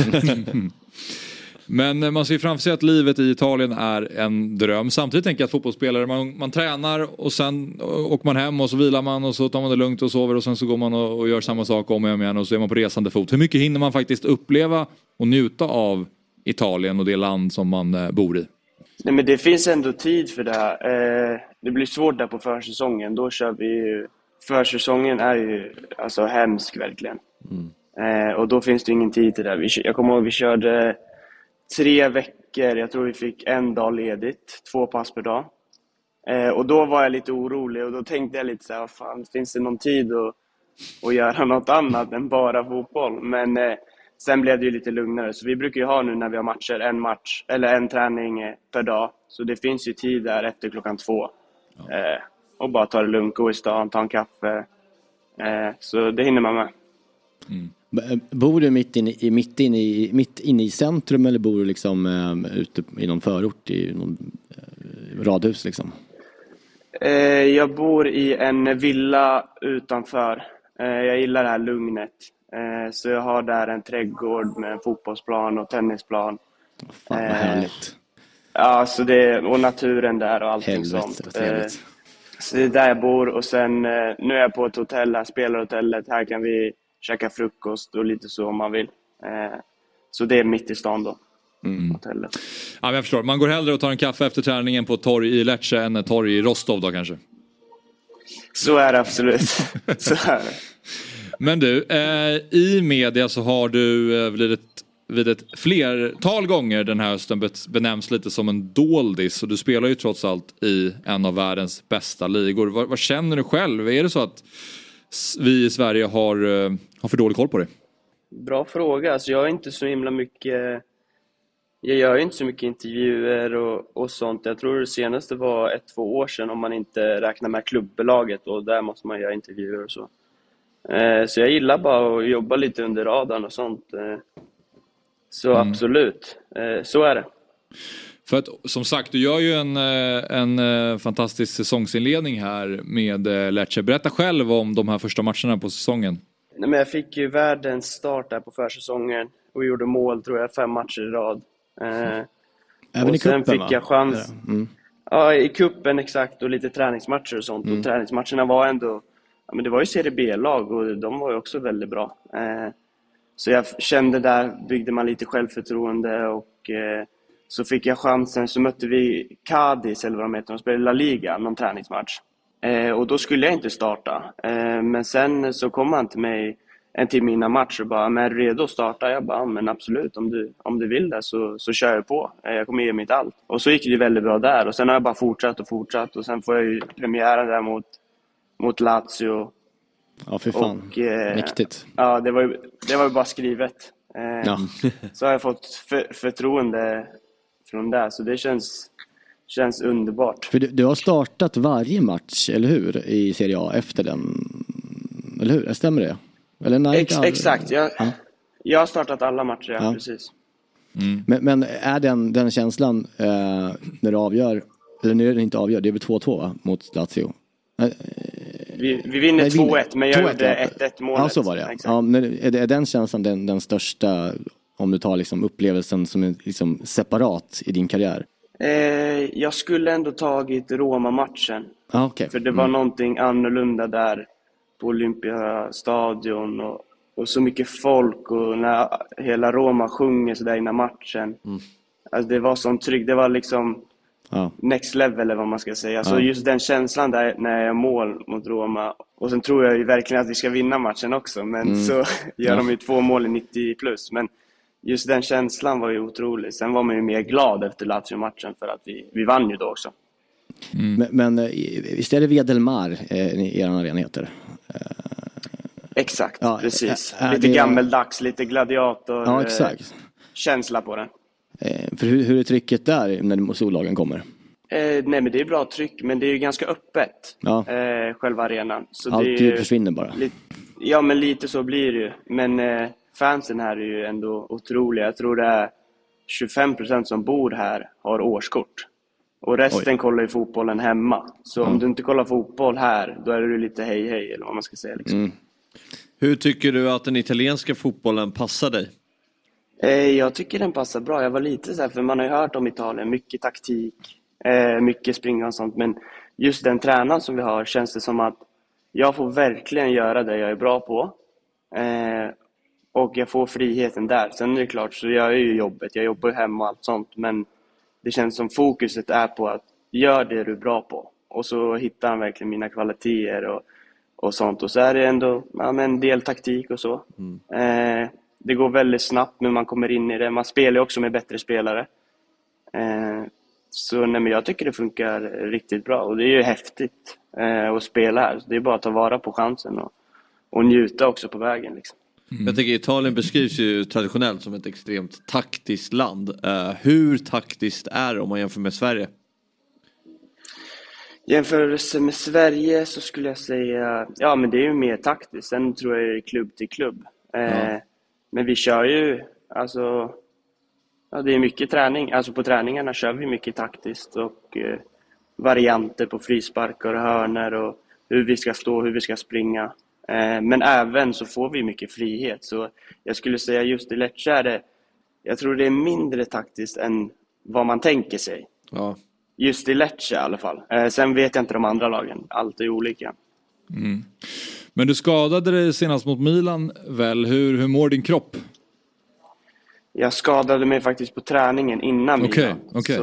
Men man ser framför sig att livet i Italien är en dröm. Samtidigt tänker jag att fotbollsspelare, man tränar och sen åker man hem och så vilar man och så tar man det lugnt och sover och sen så går man och gör samma sak om och om igen och så är man på resande fot. Hur mycket hinner man faktiskt uppleva och njuta av Italien och det land som man bor i? Nej, men det finns ändå tid för det här. Det blir svårt där på försäsongen. Då kör vi ju... Försäsongen är ju alltså hemsk verkligen. Och då finns det ingen tid till det. Jag kommer ihåg vi körde 3 veckor. Jag tror vi fick 1 dag ledigt. 2 pass per dag. Och då var jag lite orolig. Och då tänkte jag lite så här, fan, finns det någon tid att göra något annat än bara fotboll? Men sen blev det ju lite lugnare. Så vi brukar ju ha nu när vi har matcher en träning per dag. Så det finns ju tid där efter 2:00. Och bara ta det lugnt, gå i stan, ta en kaffe. Så det hinner man med. Bor du mitt inne i centrum eller bor du liksom ute i någon förort i någon radhus liksom? Jag bor i en villa utanför. Jag gillar det här lugnet. Så jag har där en trädgård med en fotbollsplan och tennisplan. Fan vad härligt. Ja, så och naturen där och allting sånt. Så det är där jag bor och sen nu är jag på ett hotell här, spelarhotellet. Här kan vi käka frukost och lite så om man vill. Så det är mitt i stan då. Hotellet. Ja, men jag förstår. Man går hellre och tar en kaffe efter träningen på ett torg i Lecce än ett torg i Rostov då kanske? Så är det absolut. Så är det. Men du, i media så har du vid ett flertal gånger den här hösten benämns lite som en doldis. Och du spelar ju trots allt i en av världens bästa ligor. Vad känner du själv? Är det så att vi i Sverige har för dålig koll på det? Bra fråga. Alltså jag är inte så himla mycket... Jag gör ju inte så mycket intervjuer och sånt. Jag tror det senaste var 1-2 år sedan om man inte räknar med klubbelaget. Och där måste man göra intervjuer och så. Så jag gillar bara att jobba lite under radarn och sånt. Så absolut, så är det. För att som sagt, du gör ju en fantastisk säsongsinledning här med Lecce. Berätta själv om de här första matcherna på säsongen. Nej, men jag fick ju världens start där på försäsongen och gjorde mål tror jag 5 matcher i rad. Även och i sen kuppen, fick jag chans. Ja, i kuppen exakt och lite träningsmatcher och sånt. Och träningsmatcherna var ändå, ja, men det var ju Serie B-lag och de var ju också väldigt bra. Så jag kände där, byggde man lite självförtroende och så fick jag chansen. Så mötte vi Cadiz eller vad de heter, de spelade La Liga, någon träningsmatch. Och då skulle jag inte starta. Men sen så kom han till mig en timme innan match och bara, men är du redo att starta? Jag bara, men absolut, om du vill det så kör jag på. Jag kommer ge mitt allt. Och så gick det väldigt bra där. Och sen har jag bara fortsatt och sen får jag ju premiären där mot Lazio. Ja, för fan. Och, mäktigt. Ja, det var ju bara skrivet. Så har jag fått förtroende från det. Så det känns underbart. För du har startat varje match, eller hur? I Serie A efter den. Eller hur? Stämmer det? Eller nej, exakt. Jag har startat alla matcher, ja. Precis. Men är den känslan när du avgör, eller när du inte avgör, det är väl 2-2 va? Mot Lazio? Vi vinner 2-1, men jag gjorde 1-1 målet. Ja, så var det. Ja, är den känslan den största, om du tar liksom upplevelsen som är liksom separat i din karriär? Jag skulle ändå tagit Roma-matchen. Okay. För det var någonting annorlunda där på Olympiastadion och så mycket folk och när hela Roma sjunger så där innan matchen. Alltså det var sån trygg, det var liksom next level eller vad man ska säga. Så just den känslan där när jag mål mot Roma. Och sen tror jag ju verkligen att vi ska vinna matchen också. Men så gör de ju 2 mål i 90 plus. Men just den känslan var ju otrolig. Sen var man ju mer glad efter Lazio-matchen för att vi vann ju då också. Men visst är det Vedelmar er arena heter? Exakt, precis. Lite gammeldags, lite gladiator. Ja, exakt. Känsla på den. För hur är trycket där när sollagen kommer? Nej, men det är bra tryck, men det är ju ganska öppet. Själva arenan. Så allt det försvinner bara. Ja, men lite så blir det ju. Men fansen här är ju ändå otroliga. Jag tror det är 25% som bor här har årskort. Och resten kollar ju fotbollen hemma. Så om du inte kollar fotboll här, då är du lite hej eller vad man ska säga liksom. Hur tycker du att den italienska fotbollen passar dig? Jag tycker den passar bra. Jag var lite så här, för man har ju hört om Italien, mycket taktik, mycket springa och sånt. Men just den tränaren som vi har känns det som att jag får verkligen göra det jag är bra på. Och jag får friheten där. Sen är det klart, så jag är ju jobbet. Jag jobbar ju hemma och allt sånt. Men det känns som fokuset är på att gör det du är bra på. Och så hittar han verkligen mina kvaliteter och sånt. Och så är det ändå en del taktik och så. Det går väldigt snabbt när man kommer in i det. Man spelar också med bättre spelare. Så nej, men jag tycker det funkar riktigt bra. Och det är ju häftigt att spela här. Så det är bara att ta vara på chansen och njuta också på vägen. Liksom. Jag tycker Italien beskrivs ju traditionellt som ett extremt taktiskt land. Hur taktiskt är det om man jämför med Sverige? Jämförelse med Sverige så skulle jag säga, ja men det är ju mer taktiskt. Sen tror jag det är klubb till klubb. Men vi kör ju, alltså, det är mycket träning. Alltså på träningarna kör vi mycket taktiskt och varianter på frisparkar och hörner och hur vi ska stå, hur vi ska springa. Men även så får vi mycket frihet. Så jag skulle säga just i Lecce är det, jag tror det är mindre taktiskt än vad man tänker sig. Ja. Just i Lecce i alla fall. Sen vet jag inte de andra lagen. Allt är olika. Mm. Men du skadade dig senast mot Milan väl? Hur mår din kropp? Jag skadade mig faktiskt på träningen innan Milan. Okay.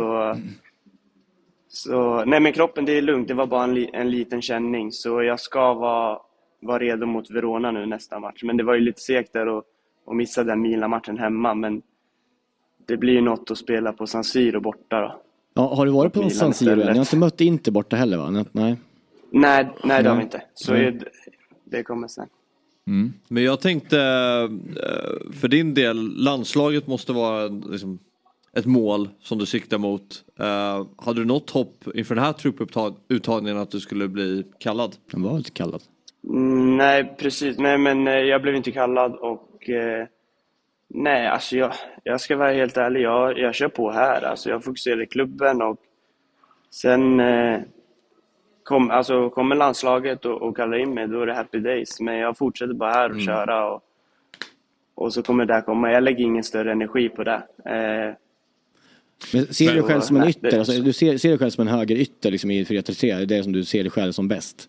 Så nej, men kroppen, det är lugnt. Det var bara en liten känning. Så jag ska vara redo mot Verona nu nästa match. Men det var ju lite segt där att missa den Milan-matchen hemma. Men det blir ju något att spela på San Siro borta då. Ja, har du varit på San Siro? Ni har inte mött Inter borta heller, va? Nej, det har vi inte. Så det kommer sen. Mm. Men jag tänkte, för din del, landslaget måste vara liksom ett mål som du siktar mot. Hade du något hopp inför den här trupputtagningen att du skulle bli kallad? Han var inte kallad. Nej, precis. Nej, men jag blev inte kallad och nej, alltså jag ska vara helt ärlig. Jag kör på här. Alltså jag fokuserar i klubben och sen kommer landslaget och kallar in mig, då är det happy days. Men jag fortsätter bara här och köra och så kommer det där komma. Jag lägger ingen större energi på det. Men ser du dig själv som en ytter? Alltså, du ser dig själv som en höger ytter liksom, i 4-3-3? Det är som du ser dig själv som bäst?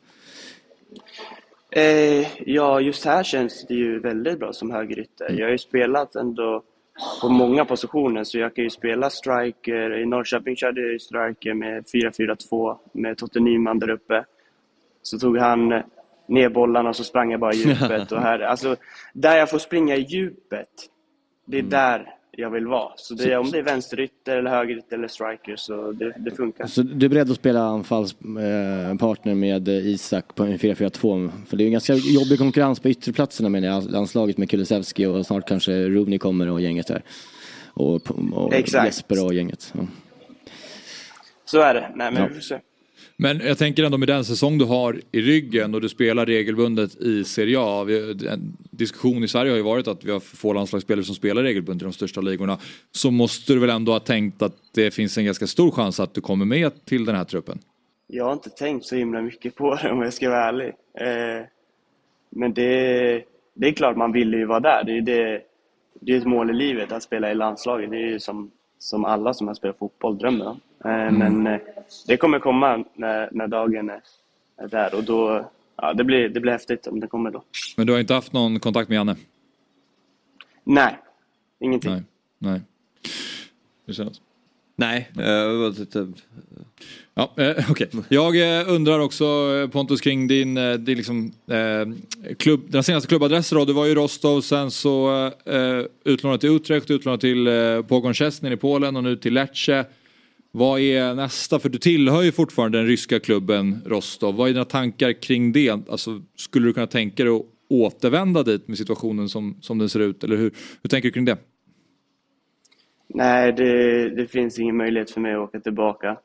Ja, just här känns det ju väldigt bra som högerytter. Jag har ju spelat ändå på många positioner, så jag kan ju spela striker. I Norrköping körde jag ju striker med 4-4-2 med Totte Nyman där uppe. Så tog han ner bollarna och så sprang jag bara i djupet. Och här, alltså, där jag får springa i djuppet, det är där jag vill vara. Så det är, om det är vänsterytter eller högerytter eller striker, så det funkar. Så du är beredd att spela anfallspartner med Isak på en 4-4-2? För det är en ganska jobbig konkurrens på ytterplatserna med landslaget med Kulusevski och snart kanske Rooney kommer och gänget där. Och Jesper och gänget. Ja. Så är det. Nej, men vi får se. Men jag tänker ändå med den säsong du har i ryggen och du spelar regelbundet i Serie A. En diskussion i Sverige har ju varit att vi har få landslagsspelare som spelar regelbundet i de största ligorna. Så måste du väl ändå ha tänkt att det finns en ganska stor chans att du kommer med till den här truppen? Jag har inte tänkt så himla mycket på det, om jag ska vara ärlig. Men det är klart man vill ju vara där. Det är ett mål i livet att spela i landslaget. Det är ju som alla som har spelat fotboll drömmer om. Men det kommer komma när dagen är där. Och då, det blir häftigt om det kommer då. Men du har inte haft någon kontakt med Janne? Nej, ingenting. Nej. Hur känns det? Nej. Ja, okej. Jag undrar också, Pontus, kring din liksom, den senaste klubbadressen då. Du var ju i Rostov, sen så utlånat till Utrecht, utlånat till Pogoń Szczecin i Polen och nu till Lecce. Vad är nästa? För du tillhör ju fortfarande den ryska klubben Rostov. Vad är dina tankar kring det? Alltså, skulle du kunna tänka dig att återvända dit med situationen som den ser ut? Eller hur tänker du kring det? Nej, det finns ingen möjlighet för mig att åka tillbaka.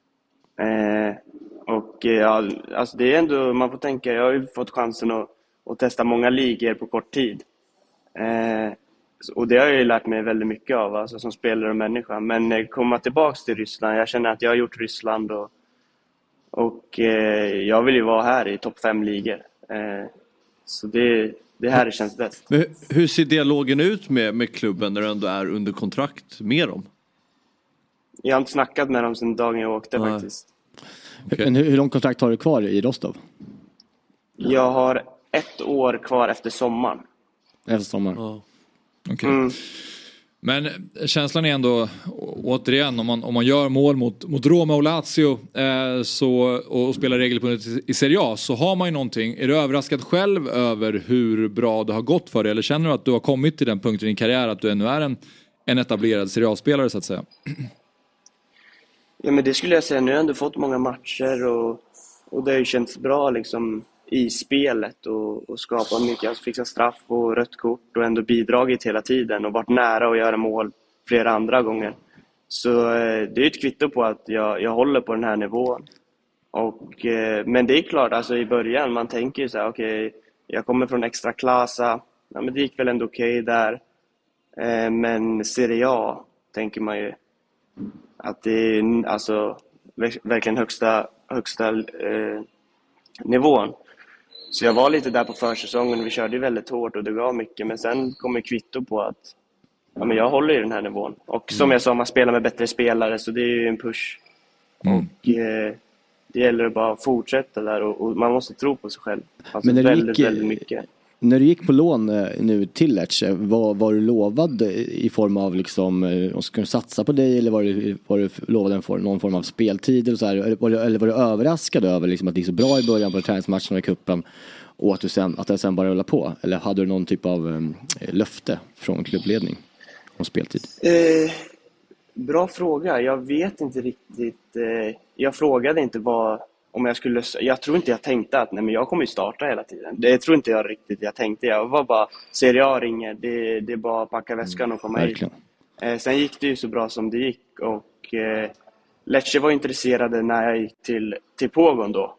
Alltså det är ändå, man får tänka, jag har ju fått chansen att testa många ligor på kort tid. Och det har jag ju lärt mig väldigt mycket av, alltså, som spelare och människa. Men komma tillbaka till Ryssland, jag känner att jag har gjort Ryssland och jag vill ju vara här i topp 5 ligor. Så det här känns bäst. Men hur ser dialogen ut med klubben när du ändå är under kontrakt med dem? Jag har inte snackat med dem sedan dagen jag åkte faktiskt. Okay. Men hur lång kontrakt har du kvar i Rostov? Jag har 1 år kvar efter sommaren. Efter sommaren? Okej. Men känslan är ändå, återigen, om man gör mål mot Roma och Lazio och spelar regelbundet i Serie A, så har man ju någonting. Är du överraskad själv över hur bra det har gått för dig? Eller känner du att du har kommit till den punkten i din karriär att du ännu är en etablerad Serie A-spelare, så att säga? Ja, men det skulle jag säga. Nu har jag ändå fått många matcher och det har ju känts bra liksom i spelet och skapa mycket. Alltså fixa straff och rött kort och ändå bidragit hela tiden och varit nära att göra mål flera andra gånger. Så det är ett kvitto på att jag håller på den här nivån. Men det är klart, alltså i början man tänker ju så här, okej, jag kommer från extra klassa. Ja, men det gick väl ändå okej där. Men Serie A tänker man ju att det är alltså verkligen högsta nivån. Så jag var lite där på försäsongen. Vi körde väldigt hårt och det gav mycket. Men sen kommer kvitto på att men jag håller ju den här nivån. Och som jag sa, man spelar med bättre spelare, så det är ju en push. Och det gäller att bara fortsätta där, och man måste tro på sig själv. Alltså men väldigt mycket. När du gick på lån nu till Lecce, var du lovad i form av liksom, ska du satsa på dig, eller var du lovad någon form av speltid eller så här, eller var du överraskad över liksom att det är så bra i början på träningsmatcherna i kuppen och att det sen bara rullar på, eller hade du någon typ av löfte från klubbledning om speltid? Bra fråga. Jag vet inte riktigt. Jag frågade inte om jag skulle. Jag tror inte jag tänkte att men jag kommer ju starta hela tiden. Det tror inte jag riktigt jag tänkte. Jag var bara, Serie A ringer, det är bara att packa väskan och komma hit. Sen gick det ju så bra som det gick, och Lecce var intresserade när jag gick till Pogon då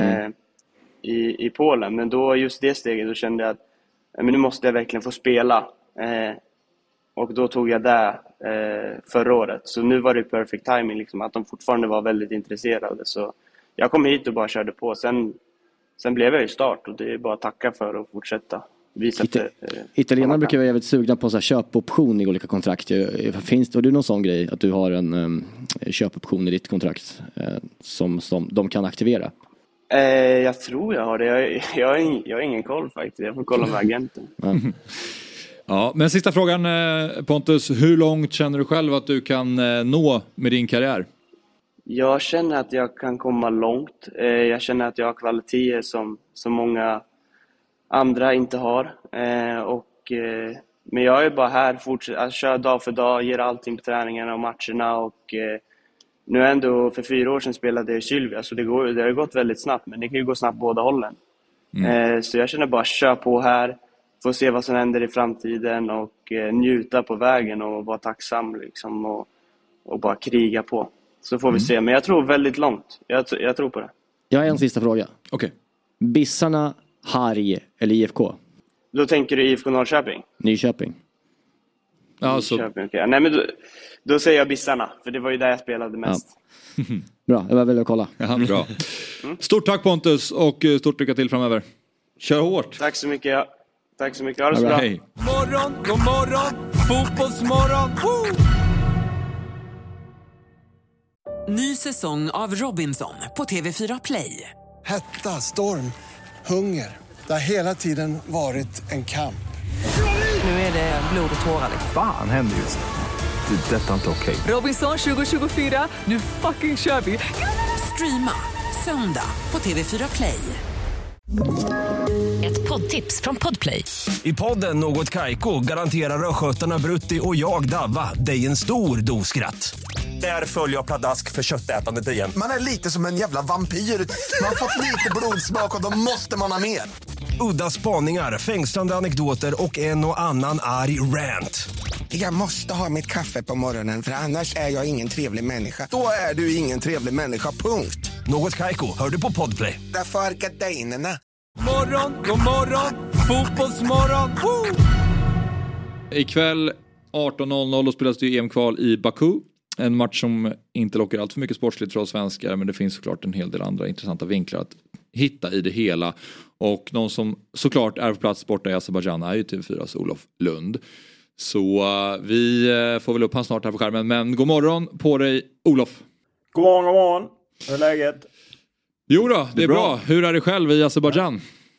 i Polen. Men då just det steget, då kände jag att men nu måste jag verkligen få spela. Och då tog jag det förra året. Så nu var det perfect timing liksom, att de fortfarande var väldigt intresserade. Så jag kom hit och bara körde på. Sen blev jag ju start, och det är bara att tacka för och fortsätta visa. Italienarna brukar vara väldigt sugna på så här köpoption i olika kontrakt. Finns det någon sån grej att du har en köpoption i ditt kontrakt som de kan aktivera? Jag tror jag har det. Jag har ingen koll faktiskt. Jag får kolla med agenten. Ja, men sista frågan, Pontus. Hur långt känner du själv att du kan nå med din karriär? Jag känner att jag kan komma långt. Jag känner att jag har kvaliteter som många andra inte har. Men jag är bara här, fortsätter köra dag för dag, ger allting på träningarna och matcherna. Och nu ändå för 4 år sedan spelade jag i Sylvia, så det har gått väldigt snabbt. Men det kan ju gå snabbt båda hållen. Så jag känner bara kör på här. Få se vad som händer i framtiden och njuta på vägen och vara tacksam liksom, och bara kriga på. Så får vi se. Men jag tror väldigt långt. Jag tror på det. Jag har en sista fråga. Okej. Bissarna, Harry eller IFK? Då tänker du IFK Norrköping? Nyköping. Nyköping, okay. Nej, men då säger jag Bissarna. För det var ju där jag spelade mest. Ja. Bra, jag var väl att kolla. Ja, bra. Stort tack Pontus, och stort lycka till framöver. Kör hårt. Tack så mycket. Ha det så bra. Hej. God morgon, fotbollsmorgon. Ny säsong av Robinson på TV4 Play. Hetta, storm, hunger. Det har hela tiden varit en kamp. Nu är det blod och tårar. Fan händer just det. Det är detta inte okej. Robinson 2024, nu fucking kör vi. Streama söndag på TV4 Play. Ett poddtips från Podplay. I podden Något Kaiko garanterar röskötarna Brutti och jag Davva dig en stor doskratt. Där följer jag pladask för köttätandet igen. Man är lite som en jävla vampyr. Man har fått lite blodsmak och då måste man ha mer. Udda spaningar, fängslande anekdoter och en och annan arg rant. Jag måste ha mitt kaffe på morgonen, för annars är jag ingen trevlig människa. Då är du ingen trevlig människa, punkt. Något Kaiko, hör du på Podplay. Därför är gardinerna. God morgon, fotbollsmorgon. Ikväll 18.00 då spelas det ju EM-kval i Baku. En match som inte lockar allt för mycket sportsligt för oss svenskar, men det finns såklart en hel del andra intressanta vinklar att hitta i det hela. Och någon som såklart är på plats borta i Azerbaijan är ju TV4s Olof Lund. Så vi får väl upp han snart här på skärmen. Men god morgon på dig, Olof. God morgon. Hur är läget? Jo då, det är bra. Hur är det själv i Azerbaijan?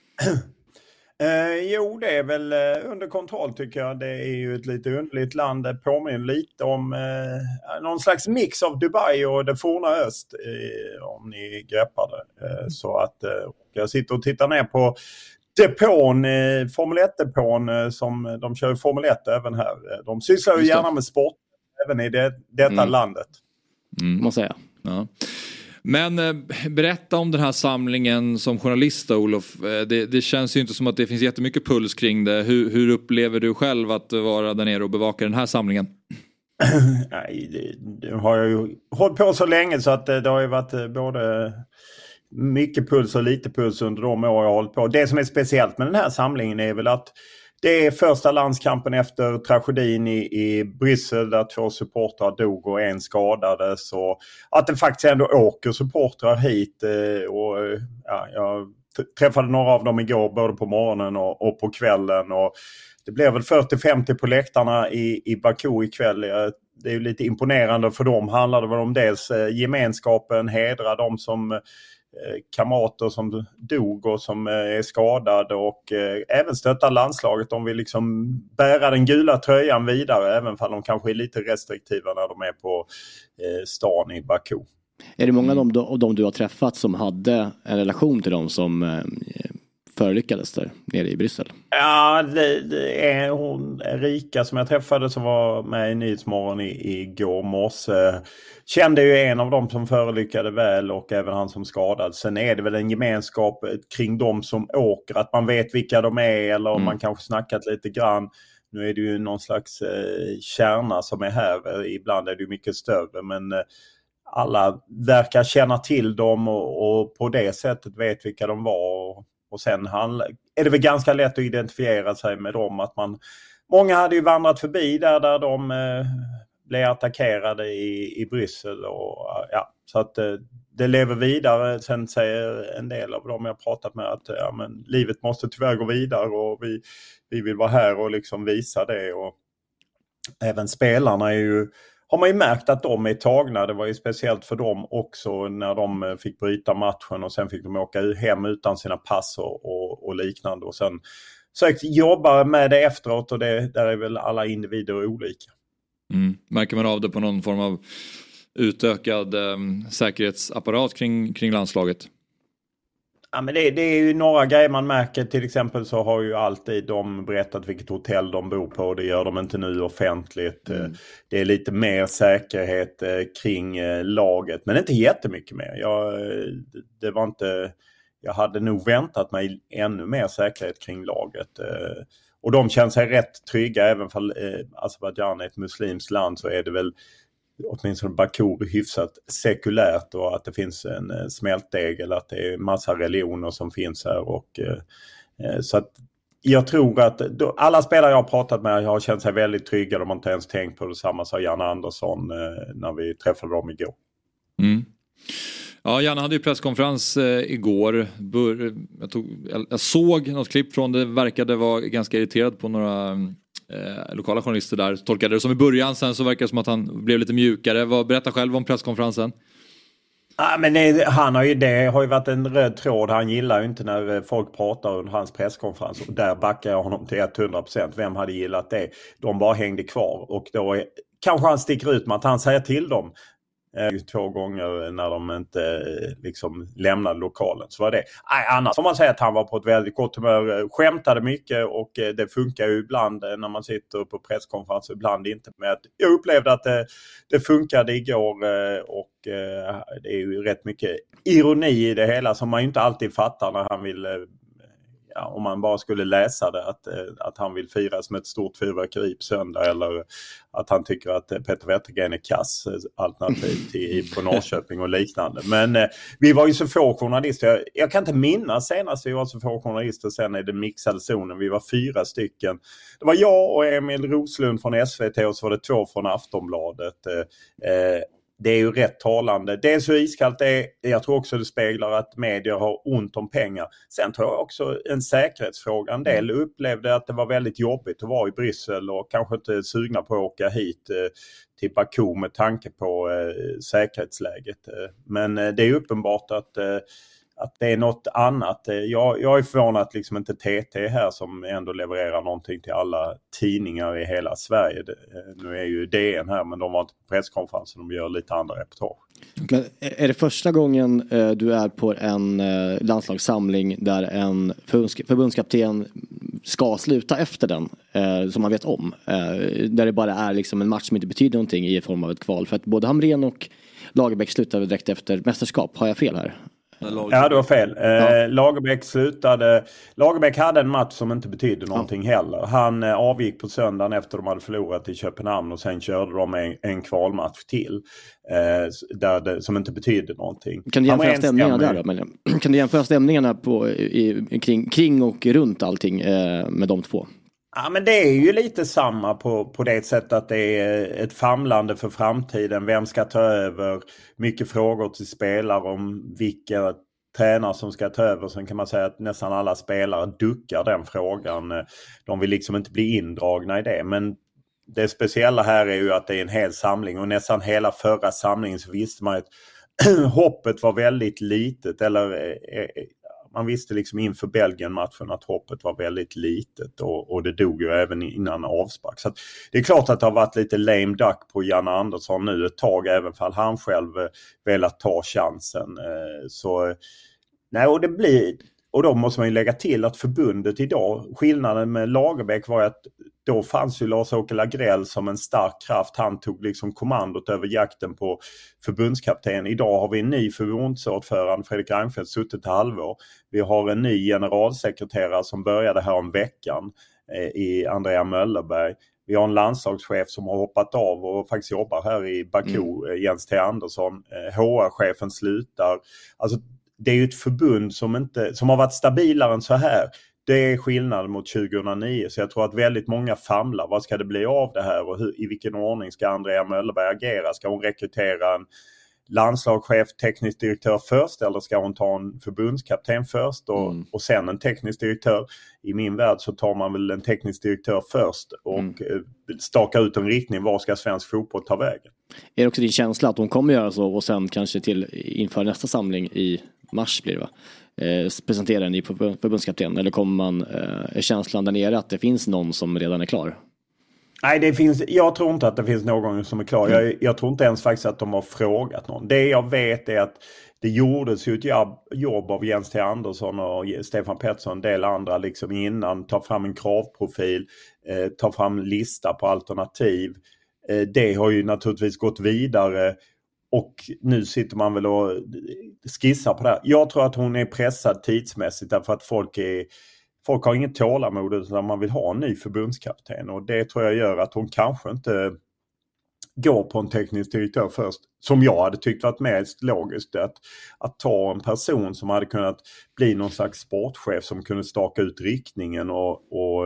Jo, det är väl under kontroll tycker jag. Det är ju ett lite underligt land. Det påminner lite om någon slags mix av Dubai och det forna öst, om ni greppar det. Så att jag sitter och tittar ner på depån, Formel 1-depån, som de kör Formel 1 även här. De sysslar ju gärna med sport även i detta landet. Måste säga. Ja. Men berätta om den här samlingen som journalist då, Olof. Det känns ju inte som att det finns jättemycket puls kring det. Hur upplever du själv att vara där nere och bevaka den här samlingen? Nej, det har jag ju hållit på så länge så att det har ju varit både mycket puls och lite puls under de år jag har hållit på. Det som är speciellt med den här samlingen är väl att det är första landskampen efter tragedin i Bryssel där 2 supportrar dog och en skadades. Och att det faktiskt ändå åker supportrar hit. Och jag träffade några av dem igår både på morgonen och på kvällen. Och det blev väl 40-50 på läktarna i Baku ikväll. Det är ju lite imponerande för dem. Handlade väl om dels gemenskapen, hedra de som kamrater som dog och som är skadade och även stötta landslaget. De vill liksom bära den gula tröjan vidare även om de kanske är lite restriktiva när de är på stan i Baku. Är det många av dem du har träffat som hade en relation till dem som förolyckades där nere i Bryssel? Ja, det är hon Erika som jag träffade som var med i Nyhetsmorgon igår morse. Kände ju en av dem som förolyckade väl och även han som skadad. Sen är det väl en gemenskap kring dem som åker. Att man vet vilka de är eller om man kanske snackat lite grann. Nu är det ju någon slags kärna som är här. Ibland är det ju mycket större men alla verkar känna till dem och på det sättet vet vilka de var. Och sen är det väl ganska lätt att identifiera sig med dem. Att många hade ju vandrat förbi där de blev attackerade i Bryssel. Och, ja, så att det lever vidare. Sen säger en del av dem jag pratat med att livet måste tyvärr gå vidare. Och vi vill vara här och liksom visa det. Och även spelarna har man ju märkt att de är tagna. Det var ju speciellt för dem också när de fick bryta matchen och sen fick de åka hem utan sina pass och liknande. Och sen sökt jobba med det efteråt och där är väl alla individer olika. Märker man av det på någon form av utökad säkerhetsapparat kring landslaget? Ja, men det är ju några grejer man märker. Till exempel så har ju alltid de berättat vilket hotell de bor på. Det gör de inte nu offentligt. Det är lite mer säkerhet kring laget. Men inte jättemycket mer. Jag hade nog väntat mig ännu mer säkerhet kring laget. Och de känner sig rätt trygga. Även för Azerbaijan är ett muslimskt land så är det väl åtminstone Baku hyfsat sekulärt och att det finns en smältdegel, att det är massa religioner som finns här och så att jag tror att alla spelare jag har pratat med har känt sig väldigt trygga, de har inte ens tänkt på det. Samma sa Janne Andersson när vi träffade dem igår. Ja, Janne hade ju presskonferens igår. Jag såg något klipp från det, verkade vara ganska irriterad på några lokala journalister där. Tolkade det som i början, sen så verkar det som att han blev lite mjukare. Berätta själv om presskonferensen. Ja, men det har ju varit en röd tråd. Han gillar ju inte när folk pratar under hans presskonferens. Och där backar jag honom till 100%. Vem hade gillat det? De bara hängde kvar. Och då kanske han sticker ut med att han säger till dem 2 gånger när de inte liksom lämnade lokalen. Så var det. Annars får man säga att han var på ett väldigt gott humör. Skämtade mycket och det funkar ju ibland när man sitter på presskonferens. Ibland inte. Men jag upplevde att det funkade igår och det är ju rätt mycket ironi i det hela som man ju inte alltid fattar när han vill... om man bara skulle läsa det att han vill fira som ett stort fyrverkeri på söndag eller att han tycker att Peter Wettergren är kass alternativ på Norrköping och liknande. Men vi var ju så få journalister. Jag kan inte minnas senast vi var så få journalister sen i den mixade zonen. Vi var 4 stycken. Det var jag och Emil Roslund från SVT och så var det 2 från Aftonbladet. Det är ju rätt talande. Det är så iskallt det är. Jag tror också det speglar att medier har ont om pengar. Sen tror jag också en säkerhetsfråga. En del upplevde att det var väldigt jobbigt att vara i Bryssel och kanske inte sugna på att åka hit till Baku med tanke på säkerhetsläget. Men det är uppenbart att det är något annat. Jag är förvånad att liksom inte TT här som ändå levererar någonting till alla tidningar i hela Sverige. Nu är ju DN här men de var inte på presskonferensen, de gör lite andra reportage. Men är det första gången du är på en landslagssamling där en förbundskapten ska sluta efter den som man vet om? Där det bara är liksom en match som inte betyder någonting i form av ett kval. För att både Hamrén och Lagerbäck slutade direkt efter mästerskap. Har jag fel här? Ja, du har fel. Lagerbäck hade en match som inte betydde någonting heller. Han avgick på söndagen efter de hade förlorat i Köpenhamn och sen körde de en kvalmatch till som inte betydde någonting. Kan du jämföra stämningarna där då? Kan du jämföra stämningarna kring och runt allting med de två? Ja, men det är ju lite samma på det sättet att det är ett famlande för framtiden. Vem ska ta över? Mycket frågor till spelare om vilka tränare som ska ta över. Sen kan man säga att nästan alla spelare duckar den frågan. De vill liksom inte bli indragna i det. Men det speciella här är ju att det är en hel samling. Och nästan hela förra samlingen så visste man att hoppet var väldigt litet. Eller man visste liksom inför Belgien-matchen att hoppet var väldigt litet. Och det dog ju även innan avspark. Så att det är klart att det har varit lite lame duck på Janne Andersson nu ett tag. Även fall han själv velat ta chansen. Och då måste man ju lägga till att förbundet idag, skillnaden med Lagerbäck var att då fanns ju Lars-Åke Lagrell som en stark kraft. Han tog liksom kommandot över jakten på förbundskapten. Idag har vi en ny förbundsordförande, Fredrik Reinfeldt, suttit ett halvår. Vi har en ny generalsekreterare som började här om veckan i Andrea Möllerberg. Vi har en landslagschef som har hoppat av och faktiskt jobbar här i Baku, Jens T. Andersson. HR-chefen slutar. Alltså det är ju ett förbund som har varit stabilare än så här. Det är skillnad mot 2009. Så jag tror att väldigt många famlar. Vad ska det bli av det här? Och i vilken ordning ska Andrea Möllerberg agera? Ska hon rekrytera en landslagschef, teknisk direktör först? Eller ska hon ta en förbundskapten först och sen en teknisk direktör? I min värld så tar man väl en teknisk direktör först och stakar ut en riktning. Var ska svensk fotboll ta vägen? Är det också din känsla att hon kommer göra så och sen kanske inför nästa samling i mars blir det va? Presentera en ny förbundskapten, eller kommer man är känslan där nere att det finns någon som redan är klar? Nej, jag tror inte att det finns någon som är klar. Jag tror inte ens faktiskt att de har frågat någon. Det jag vet är att det gjordes ju ett jobb av Jens T. Andersson och Stefan Pettersson, en del andra liksom innan, ta fram en kravprofil, ta fram lista på alternativ. Det har ju naturligtvis gått vidare. Och nu sitter man väl och skissar på det här. Jag tror att hon är pressad tidsmässigt därför att folk har inget tålamod utan man vill ha en ny förbundskapten. Och det tror jag gör att hon kanske inte går på en teknisk direktör först. Som jag hade tyckt varit mest logiskt. Att ta en person som hade kunnat bli någon slags sportchef som kunde staka ut riktningen och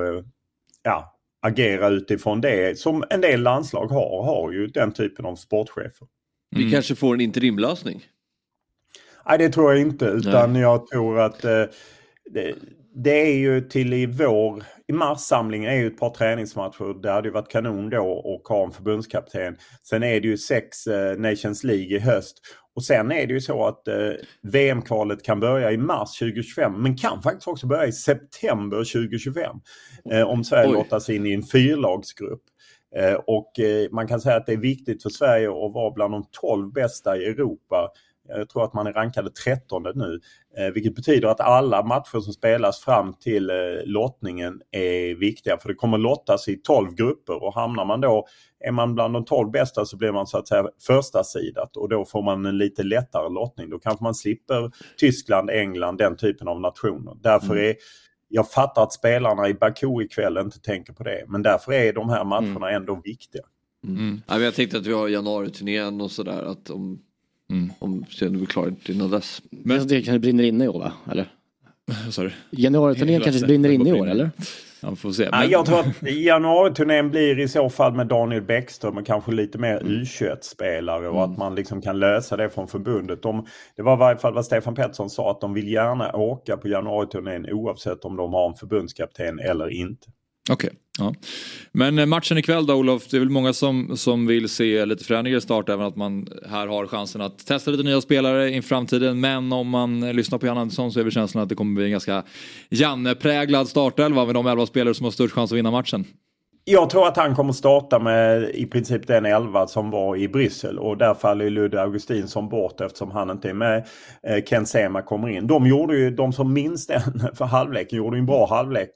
agera utifrån det. Som en del landslag har ju den typen av sportchefer. Vi kanske får en interimlösning. Nej, det tror jag inte. Utan jag tror att det är ju till i mars-samlingen är ju ett par träningsmatcher. Det hade ju varit kanon då och ha en förbundskapten. Sen är det ju 6 Nations League i höst. Och sen är det ju så att VM-kvalet kan börja i mars 2025. Men kan faktiskt också börja i september 2025. Om Sverige lottas in i en 4-lagsgrupp. Och man kan säga att det är viktigt för Sverige att vara bland de 12 bästa i Europa. Jag tror att man är rankade 13 nu. Vilket betyder att alla matcher som spelas fram till lottningen är viktiga. För det kommer lottas i 12 grupper. Och är man bland de 12 bästa så blir man så att säga första sidat. Och då får man en lite lättare lottning. Då kanske man slipper Tyskland, England, den typen av nationer. Därför jag fattar att spelarna i Baku ikväll inte tänker på det. Men därför är de här matcherna ändå viktiga. Ja, jag tänkte att vi har januari-turnén och sådär. Att om sen är vi klara innan dess. Men det kanske brinner inne i år va? Eller? Sorry. Januari-turnén kanske brinner inne i år eller? Ja, får se. Men jag tror att januari-turnén blir i så fall med Daniel Bäckström och kanske lite mer U21-spelare och att man liksom kan lösa det från förbundet. Det var i varje fall vad Stefan Pettersson sa, att de vill gärna åka på januari-turnén oavsett om de har en förbundskapten eller inte. Okej. Ja. Men matchen ikväll då, Olof, det är väl många som vill se lite förändringar i start, även att man här har chansen att testa lite nya spelare i framtiden. Men om man lyssnar på Jan Andersson så är det känslan att det kommer bli en ganska Janne-präglad startelva med de 11 spelare som har störst chans att vinna matchen. Jag tror att han kommer starta med i princip den 11 som var i Bryssel, och där faller Ludde Augustinsson bort eftersom han inte är med. Ken Sema kommer in. De som minns den för halvleken gjorde en bra halvlek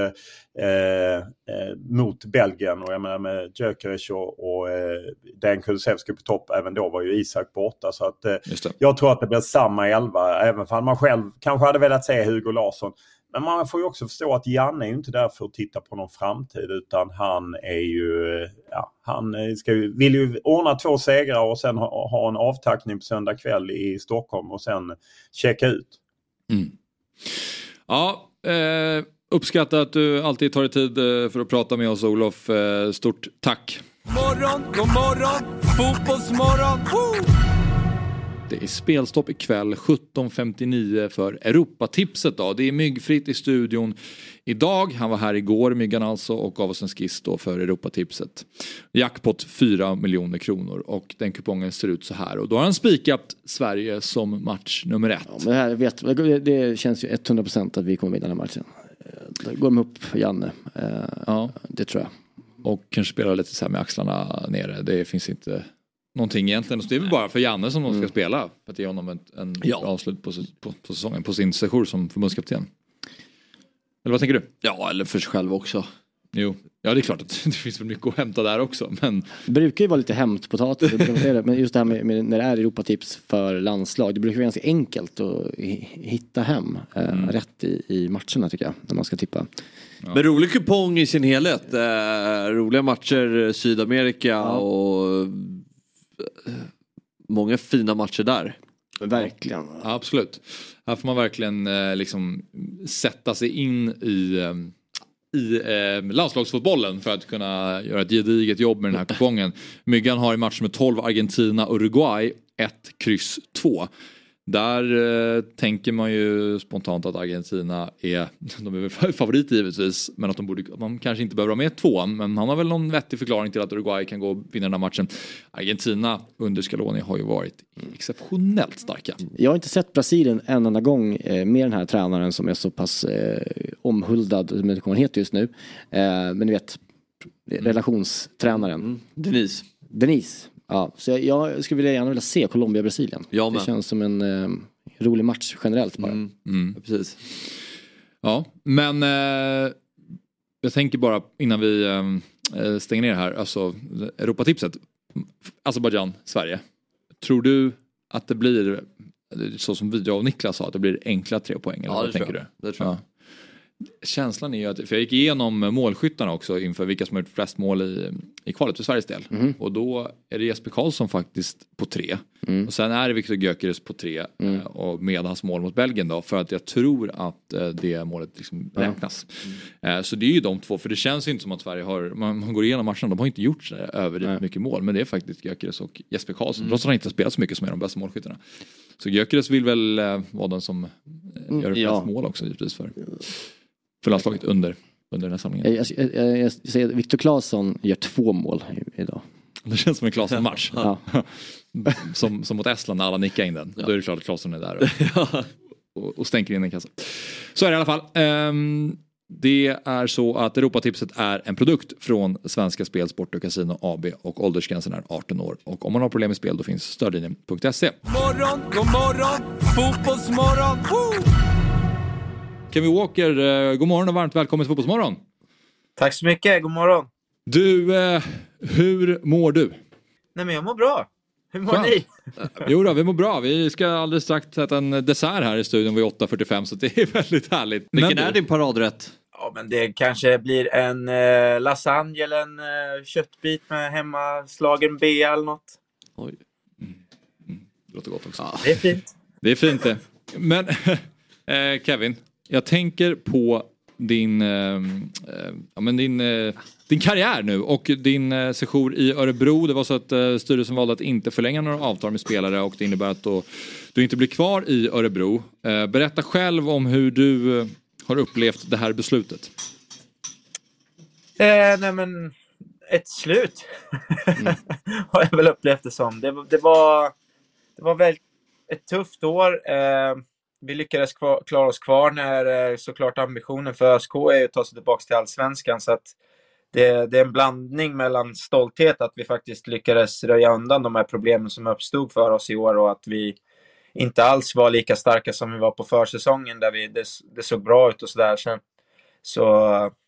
mot Belgien, och jag menar med Gyökeres och Dan Kulusevski på topp. Även då var ju Isak borta, så att jag tror att det blir samma 11, även för man själv kanske hade velat se Hugo Larsson. Men man får ju också förstå att Janne är ju inte där för att titta på någon framtid, utan han är ju, vill ju ordna 2 segrar och sen ha en avtackning på söndag kväll i Stockholm och sen checka ut. Ja, Uppskattar att du alltid tar dig tid för att prata med oss, Olof. Stort tack. God morgon, fotbollsmorgon. Woo! Det är spelstopp ikväll 17.59 för Europatipset då. Det är myggfritt i studion idag. Han var här igår, Myggan alltså, och gav oss en skiss då för Europatipset. Jackpot 4 miljoner kronor och den kupongen ser ut så här. Och då har han spikat Sverige som match nummer 1. Ja, men det känns ju 100% att vi kommer vinna den här matchen. Då går de upp för Janne. Ja. Det tror jag. Och kanske spela lite så här med axlarna nere. Det finns inte någonting egentligen. Det är väl bara för Janne som de ska spela. För att ge honom en avslut på säsongen. På sin session som förbundskapten. Eller vad tänker du? Ja, eller för sig själv också. Jo, ja det är klart att det finns väl mycket att hämta där också. Men det brukar ju vara lite hämtpotatis. Men just det här med när det är Europatips för landslag. Det brukar vara ganska enkelt att hitta hem rätt i matcherna tycker jag. När man ska tippa. Ja. Men rolig kupong i sin helhet. Roliga matcher Sydamerika och många fina matcher där. Verkligen. Ja, absolut. Här får man verkligen liksom sätta sig in i landslagsfotbollen för att kunna göra ett gediget jobb med den här kupongen. Myggan har i match med 12 Argentina-Uruguay 1-2. Där tänker man ju spontant att Argentina de är favorit givetvis, men att man kanske inte behöver ha med 2, men han har väl någon vettig förklaring till att Uruguay kan gå och vinna den här matchen. Argentina under Scaloni har ju varit exceptionellt starka. Jag har inte sett Brasilien en enda gång med den här tränaren som är så pass omhuldad, men det heter just nu. Men ni vet, relationstränaren. Denise. Ja, så jag skulle gärna vilja se Colombia-Brasilien. Det känns som en rolig match generellt bara. Precis. Ja, men jag tänker bara innan vi stänger ner här, alltså Europatipset, Azerbaijan, Sverige. Tror du att det blir så som jag och Niklas sa, att det blir enkla 3 poäng? Eller vad tänker du? Det tror jag. Känslan är ju att, för jag gick igenom målskyttarna också inför vilka som har gjort flest mål i kvalet för Sveriges del. Och då är det Jesper Karlsson faktiskt på 3. Och sen är det Viktor Gyökeres på 3 och med hans mål mot Belgien då, för att jag tror att det målet liksom räknas. Så det är ju de 2, för det känns ju inte som att Sverige har, man går igenom matchen, de har inte gjort så överdrivet mycket mål, men det är faktiskt Gyökeres och Jesper Karlsson, trots att han inte har spelat så mycket som är de bästa målskyttarna. Så Gyökeres vill väl vara den som gör flest mål också givetvis för landslaget under den här samlingen. Jag säger att Viktor Claesson gör 2 mål idag. Det känns som en Claesson-match. Ja. som mot Estland när alla nickar in den. Då är det klart att Claesson är där och stänker in en kassa. Så är det i alla fall. Det är så att Europatipset är en produkt från Svenska Spel, Sport och Casino AB och åldersgränsen är 18 år. Och om man har problem med spel då finns stödlinjen.se. God morgon, fotbollsmorgon. Woo! Kevin Walker, god morgon och varmt välkommen till Fotbollsmorgon. Tack så mycket, god morgon. Du, hur mår du? Nej men jag mår bra. Hur mår ni? Jo då, vi mår bra. Vi ska alldeles strax äta en dessert här i studion vid 8.45 så det är väldigt härligt. Vilken är din paradrätt? Ja men det kanske blir en lasagne eller en köttbit med hemmaslagen B eller något. Oj. Det låter gott också. Ja, det är fint. Det är fint det. Men Kevin, jag tänker på din karriär nu och din session i Örebro. Det var så att styrelsen valde att inte förlänga några avtal med spelare och det innebär att du inte blir kvar i Örebro. Berätta själv om hur du har upplevt det här beslutet. Nej men ett slut har jag väl upplevt det som. Det var väl ett tufft år. Vi lyckades klara oss kvar när såklart ambitionen för ÖSK är att ta sig tillbaka till Allsvenskan. Så att det är en blandning mellan stolthet att vi faktiskt lyckades röja undan de här problemen som uppstod för oss i år och att vi inte alls var lika starka som vi var på försäsongen där det såg bra ut och sådär. Så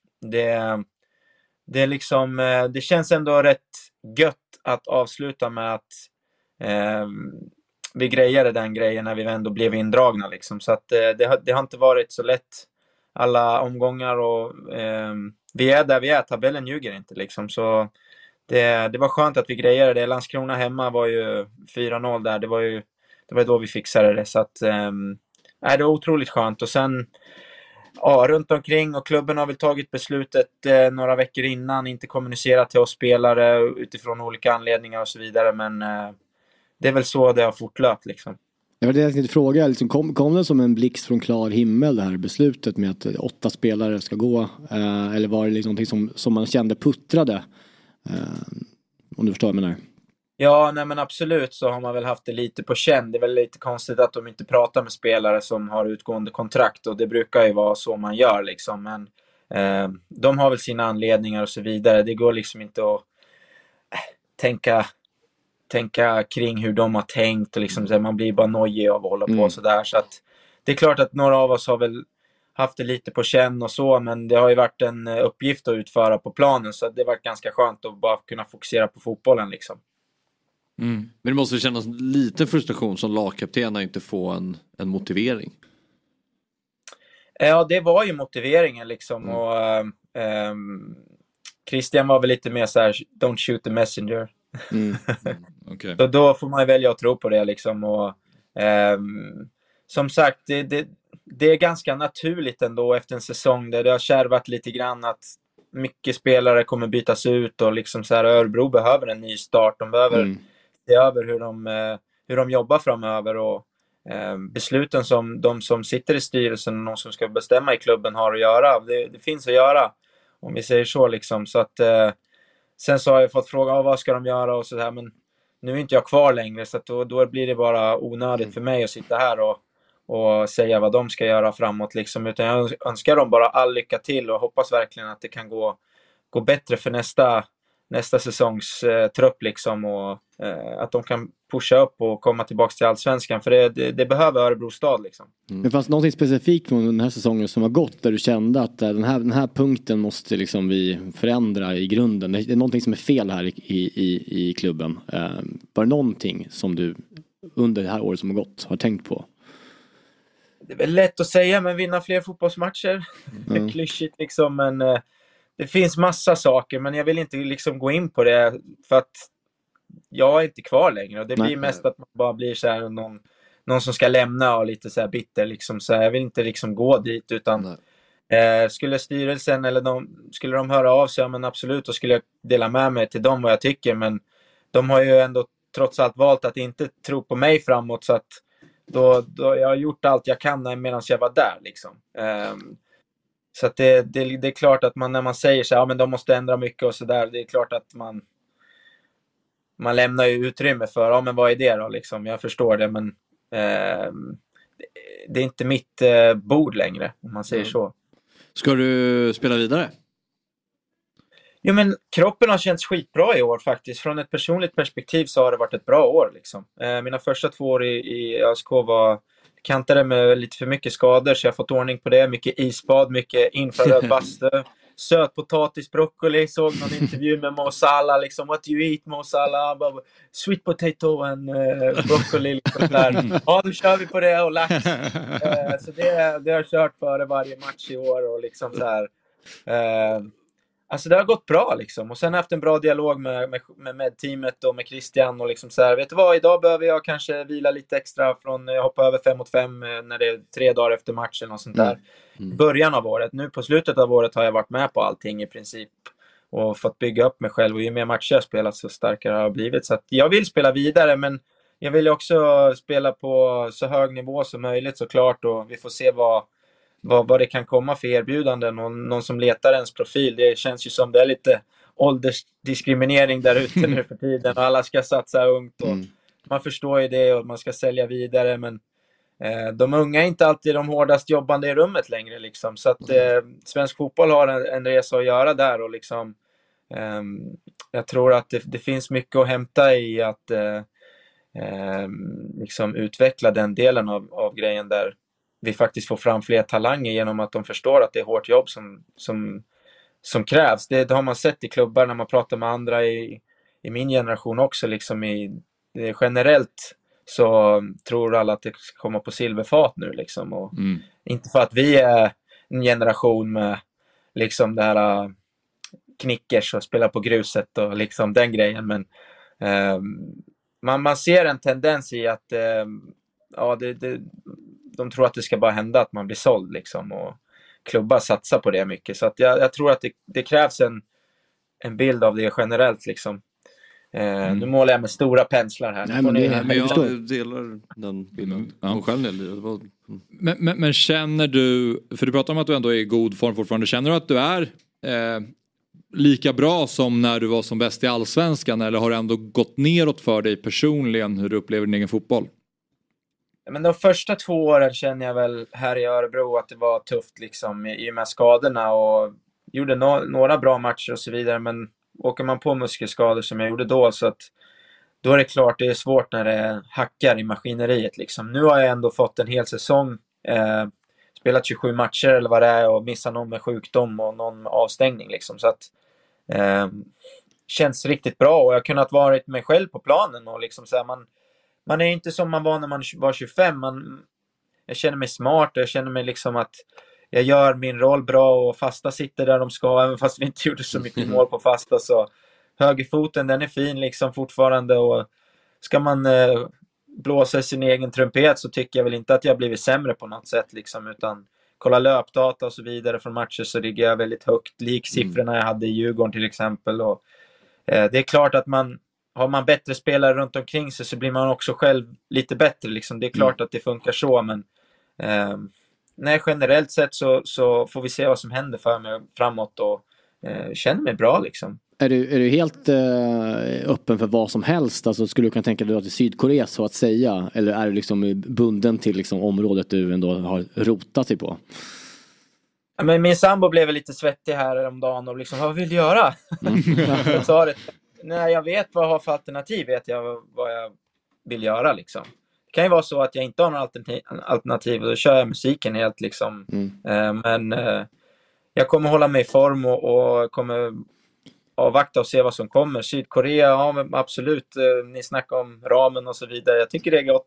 det är liksom, det känns ändå rätt gött att avsluta med att vi grejade den grejen när vi ändå blev indragna liksom. Så att det har inte varit så lätt alla omgångar och vi är där vi är, tabellen ljuger inte liksom. Så det var skönt att vi grejade det. Landskrona hemma var ju 4-0 där, det var då vi fixade det. Så att det var otroligt skönt. Och sen runt omkring, och klubben har väl tagit beslutet några veckor innan, inte kommunicerat till oss spelare utifrån olika anledningar och så vidare, men det är väl så det har fortlöpt liksom. Det var det jag tänkte fråga, liksom, kom det som en blixt från klar himmel det här beslutet med att 8 spelare ska gå, eller var det liksom någonting som man kände puttrade, om du förstår vad jag menar? Ja, nej men absolut, så har man väl haft det lite på känn. Det är väl lite konstigt att de inte pratar med spelare som har utgående kontrakt, och det brukar ju vara så man gör liksom, men de har väl sina anledningar och så vidare. Det går liksom inte att tänka kring hur de har tänkt, och liksom, så man blir bara nojig av att hålla på så där. Så att det är klart att några av oss har väl haft det lite på känn och så, men det har ju varit en uppgift att utföra på planen, så det har varit ganska skönt att bara kunna fokusera på fotbollen liksom. Men det måste kännas lite frustration som lagkapten att inte få en motivering. Ja, det var ju motiveringen liksom, och Christian var väl lite mer så här: don't shoot the messenger. Okay. Så då får man välja att tro på det liksom, och som sagt, det är ganska naturligt ändå efter en säsong där det har kärvat lite grann, att mycket spelare kommer bytas ut, och liksom så här, Örebro behöver en ny start. De behöver se över hur de jobbar framöver, och besluten som de som sitter i styrelsen och de som ska bestämma i klubben har att göra. Det finns att göra, om vi säger så liksom. Så att sen så har jag fått fråga vad ska de göra och så här, men nu är inte jag kvar längre, så att då blir det bara onödigt för mig att sitta här och säga vad de ska göra framåt liksom, utan jag önskar dem bara all lycka till, och hoppas verkligen att det kan gå bättre för nästa säsongs trupp liksom, och att de kan pusha upp och komma tillbaka till Allsvenskan, för det behöver Örebro stad liksom. Det fanns någonting specifikt från den här säsongen som var gott, där du kände att den här punkten måste liksom vi förändra i grunden? Det är någonting som är fel här i klubben. Var det någonting som du under det här året som har gått har tänkt på? Det är väl lätt att säga, men vinna fler fotbollsmatcher. Det är klyschigt liksom, men det finns massa saker, men jag vill inte liksom gå in på det, för att jag är inte kvar längre, och det blir mest att man bara blir så här någon som ska lämna och lite så här bitter liksom, så jag vill inte liksom gå dit, utan skulle styrelsen eller skulle de höra av sig, ja, men absolut, då skulle jag dela med mig till dem vad jag tycker, men de har ju ändå trots allt valt att inte tro på mig framåt, så att då jag har gjort allt jag kan medan jag var där liksom. Så att det är klart att man, när man säger så här, ja, men de måste ändra mycket och så där, det är klart att man lämnar ju utrymme för, ja, men vad är det då liksom, jag förstår det, men det är inte mitt bord längre, om man säger så. Ska du spela vidare? Jo, men kroppen har känts skitbra i år faktiskt. Från ett personligt perspektiv så har det varit ett bra år liksom. Mina första 2 år i ÖSK var kantade med lite för mycket skador, så jag har fått ordning på det. Mycket isbad, mycket infraröd bastu, sötpotatis, broccoli. Såg någon intervju med Mo Salah liksom, what do you eat Mo Salah? Sweet potato and broccoli liksom där. Ja, nu kör vi på det, och lax. Så det har jag kört före varje match i år, och liksom så här. Alltså det har gått bra liksom, och sen har jag haft en bra dialog med teamet och med Christian, och liksom så här, vet du vad, idag behöver jag kanske vila lite extra från, jag hoppar över 5 mot 5 när det är 3 dagar efter matchen och sånt där. Början av året, nu på slutet av året har jag varit med på allting i princip och fått bygga upp mig själv, och ju mer matcher jag spelat så starkare har jag blivit, så att jag vill spela vidare, men jag vill också spela på så hög nivå som möjligt såklart, och vi får se vad det kan komma för erbjudanden, och någon som letar ens profil. Det känns ju som det är lite åldersdiskriminering där ute nu för tiden, och alla ska satsa ungt, och man förstår ju det, och man ska sälja vidare, men de unga är inte alltid de hårdast jobbande i rummet längre liksom, så att svensk fotboll har en resa att göra där, och liksom jag tror att det finns mycket att hämta i att liksom utveckla den delen av grejen, där vi faktiskt får fram fler talanger genom att de förstår att det är hårt jobb som krävs. Det har man sett i klubbar när man pratar med andra i min generation också. Liksom generellt så tror alla att det ska komma på silverfat nu. Liksom, och inte för att vi är en generation med liksom det här knickers och spelar på gruset och liksom den grejen. Men man ser en tendens i att de tror att det ska bara hända att man blir såld liksom, och klubbar satsar på det mycket. Så att jag tror att det krävs en bild av det generellt liksom. Nu målar jag med stora penslar här. Nej, men jag delar den bilden. Men känner du, för du pratar om att du ändå är i god form fortfarande, känner du att du är lika bra som när du var som bäst i Allsvenskan, eller har det ändå gått neråt för dig personligen hur du upplever din egen fotboll? Men de första 2 åren känner jag väl här i Örebro att det var tufft liksom, i och med skadorna, och gjorde några bra matcher och så vidare, men åker man på muskelskador som jag gjorde då, så att då är det klart det är svårt när det hackar i maskineriet liksom. Nu har jag ändå fått en hel säsong, spelat 27 matcher eller vad det är, och missat någon med sjukdom och någon med avstängning liksom, så att känns riktigt bra, och jag har kunnat vara mig själv på planen, och liksom så här, man är inte som man var när man var 25. Jag känner mig smart, jag känner mig liksom att jag gör min roll bra, och fasta sitter där de ska, även fast vi inte gjorde så mycket mål på fasta, så högerfoten den är fin liksom fortfarande, och ska man blåsa i sin egen trumpet så tycker jag väl inte att jag blivit sämre på något sätt liksom, utan kolla löpdata och så vidare från matcher så ligger jag väldigt högt, lik siffrorna jag hade i Djurgården till exempel, och det är klart att har man bättre spelare runt omkring sig så blir man också själv lite bättre liksom. Det är klart att det funkar så, men nej, generellt sett så får vi se vad som händer för mig framåt, och känner mig bra liksom. Är du helt öppen för vad som helst? Alltså, skulle du kunna tänka dig att till Sydkorea så att säga, eller är du liksom bunden till liksom området du ändå har rotat dig på? Ja, men min sambo blev lite svettig här om dagen och liksom, vad vill du göra? Jag sa det, när jag vet vad jag har för alternativ, vet jag vad jag vill göra liksom. Det kan ju vara så att jag inte har någon alternativ, och då kör jag musiken helt liksom. Men jag kommer hålla mig i form och kommer avvakta och se vad som kommer. Sydkorea, ja men absolut, ni snackar om ramen och så vidare. Jag tycker det är gott.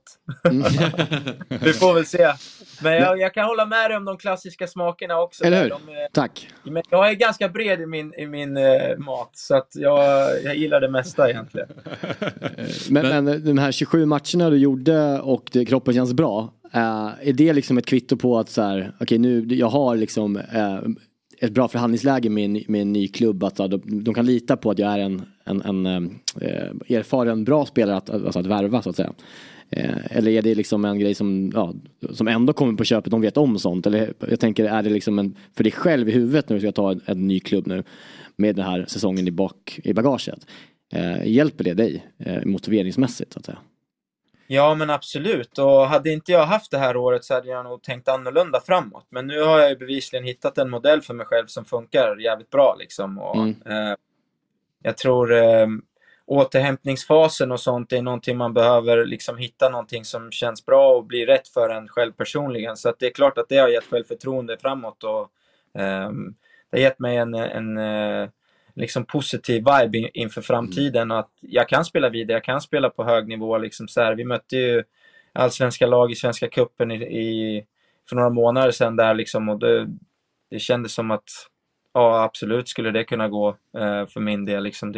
Vi får väl se. Men jag kan hålla med dig om de klassiska smakerna också. Eller hur? Tack. Men jag är ganska bred i min mat, så att jag gillar det mesta egentligen. Men de här 27 matcherna du gjorde och kroppen känns bra, är det liksom ett kvitto på att så här, okej, nu jag har liksom ett bra förhandlingsläge med en ny klubb, att de kan lita på att jag är en erfaren bra spelare att värva så att säga? Eller är det liksom en grej som ändå kommer på köpet, de vet om sånt? Eller jag tänker, är det liksom för dig själv i huvudet när du ska ta en ny klubb nu med den här säsongen i bagaget? Hjälper det dig motiveringsmässigt så att säga? Ja, men absolut. Och hade inte jag haft det här året så hade jag nog tänkt annorlunda framåt. Men nu har jag ju bevisligen hittat en modell för mig själv som funkar jävligt bra liksom. Och, jag tror återhämtningsfasen och sånt är någonting man behöver liksom hitta någonting som känns bra och blir rätt för en själv personligen. Så att det är klart att det har gett självförtroende framåt, och det har gett mig en liksom positiv vibe inför framtiden, att jag kan spela vidare, jag kan spela på hög nivå liksom så här. Vi mötte ju allsvenska lag i Svenska cupen för några månader sedan där liksom, och det kändes som att ja, absolut skulle det kunna gå för min del liksom.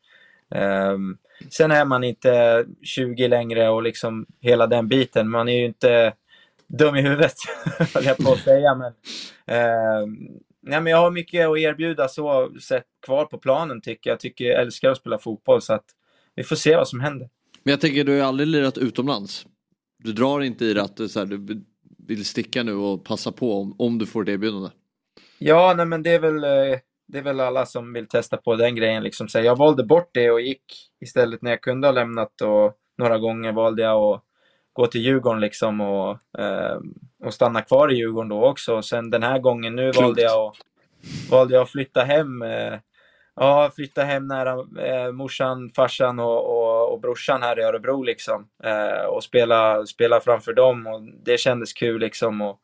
Sen är man inte 20 längre och liksom hela den biten, man är ju inte dum i huvudet höll jag på att säga, men nej, men jag har mycket att erbjuda så sett kvar på planen tycker jag älskar att spela fotboll, så att vi får se vad som händer. Men jag tänker, du har aldrig lirat utomlands. Du drar inte i det att så här, du vill sticka nu och passa på om du får det erbjudande. Ja, nej, men det är väl alla som vill testa på den grejen liksom. Så jag valde bort det och gick istället när jag kunde ha lämnat, och några gånger valde jag att gå till Djurgården liksom och stanna kvar i Djurgården då också. Och sen den här gången nu valde jag att flytta hem. Flytta hem nära morsan, farsan och brorsan här i Örebro liksom. Och spela framför dem, och det kändes kul liksom. Och,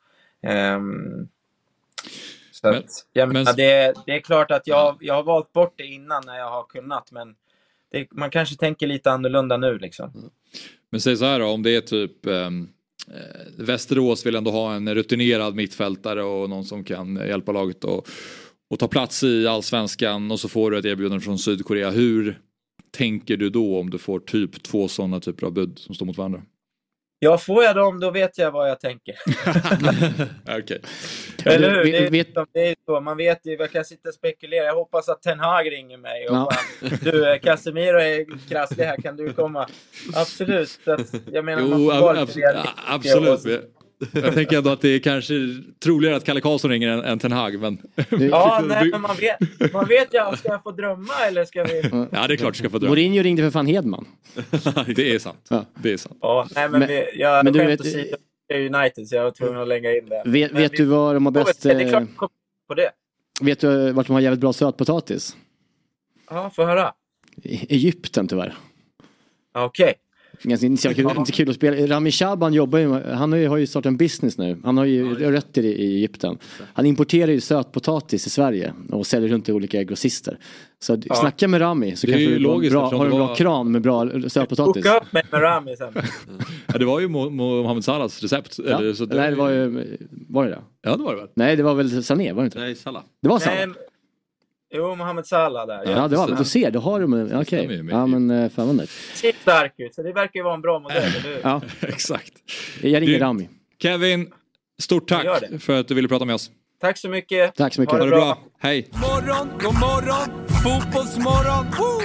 så det är klart att jag har valt bort det innan när jag har kunnat, men man kanske tänker lite annorlunda nu liksom. Men säg så här då, om det är typ Västerås vill ändå ha en rutinerad mittfältare och någon som kan hjälpa laget och ta plats i Allsvenskan, och så får du ett erbjudande från Sydkorea. Hur tänker du då om du får typ 2 sådana typer av bud som står mot varandra? Ja, får jag dem, då vet jag vad jag tänker. Okej. Eller hur? Det är så. Man vet ju, jag kan sitta och spekulera. Jag hoppas att Ten Hag ringer mig och bara, du, Casemiro är krasslig här, kan du komma? Absolut. Så att, jag menar, absolut. Jag tänker ändå att det är kanske troligare att Kalle Karlsson ringer än Ten Hag, men... Ja, nej, men man vet ju, ska jag få drömma eller ska vi... Ja, det är klart du ska få drömma. Mourinho ringde för fan Hedman. Det är sant. Ja. Det är sant. Ja, nej, men jag men skämt att säga United, så jag var tvungen att lägga in det. Vet du vad de har bäst... Det är klart på det. Vet du vart de har jävligt bra sötpotatis? Ja, får höra. Egypten tyvärr. Okej. Inte kul att spela. Rami Shaban jobbar ju, han har ju startat en business nu. Han har ju rötter i Egypten. Han importerar ju sötpotatis i Sverige och säljer runt till olika grossister. Så snacka med Rami så kanske du har en bra kran med bra sötpotatis. Boka upp med Rami sen. Ja, det var ju Mohamed Salahs recept. Ja. Eller, så det... Nej, det var ju... Var det? Ja, det var det väl. Nej, det var väl Sané, var det inte? Nej, Salah. Det var Salah. Jo, Mohamed Salah där. Ja, det var, du ser, då har du med. Okej. Ja, men fan vad nöjd. Ser stark ut, så det verkar ju vara en bra modell. Ja, exakt. Jag ringer Rami. Kevin, stort tack för att du ville prata med oss. Tack så mycket. Tack så mycket. Ha det bra. Hej. God morgon, fotbollsmorgon.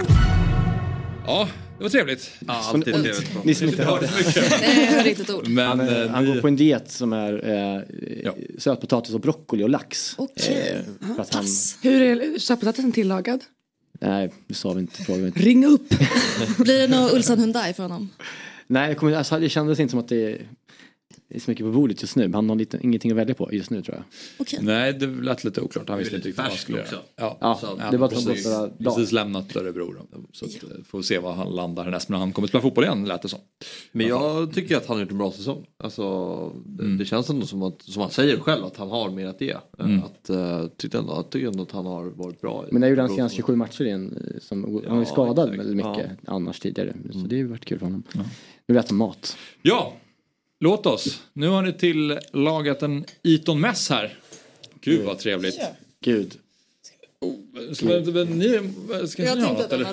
Ja, det var trevligt. Ja, alltid trevligt. Ni som inte hörde. Nej, jag hör riktigt ord. Men han går på en diet som är sötpotatis och broccoli och lax. Okej. Hur är sötpotatisen tillagad? Nej, det sa vi inte. Ring upp. Blir det någon Ulsan Hyundai för honom? Nej, det kändes inte som att det är så mycket på bordet just nu. Han har ingenting att välja på just nu, tror jag. Okay. Nej, det lät lite oklart. Han visste inte riktigt vad han skulle göra. Ja, det var precis lämnat Örebro. Så får vi se vad han landar härnäst. Men han kommer att spela fotboll igen, lät det som. Men jag tycker att han har gjort en bra säsong. Alltså, det känns ändå som han säger själv att han har mer att ge. Tycker ändå att han har varit bra. Men det är ju den senaste 27 matcher igen. Han är skadad väldigt mycket annars tidigare. Så det har ju varit kul för honom. Nu vet han mat. Ja. Låt oss. Nu har ni till lagat en Eton Mess här. Gud vad trevligt. Gud. Ska ni ha något eller?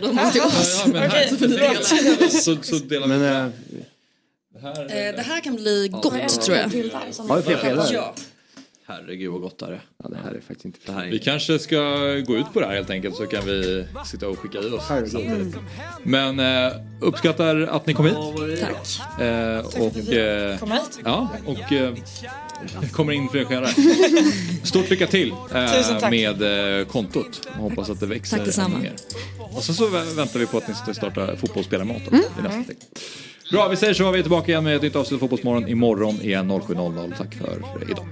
Så delar vi. Det här kan bli gott, tror jag. Har vi fler skedar? Ja. Herregud vad gott det är. Ja, det här är faktiskt inte. Vi kanske ska gå ut på det här helt enkelt, så kan vi sitta och skicka i oss. Men uppskattar att ni kom hit. Tack. Och kommer in fler skedar. Stort lycka till med kontot. Jag hoppas att det växer. Tack detsamma. Mer. Och så väntar vi på att ni ska starta fotbollsspelarmat i nästa steg. Bra, vi säger så. Vi är tillbaka igen med ett nytt avsnitt av Fotbollsmorgon imorgon igen 07.00. Tack för idag.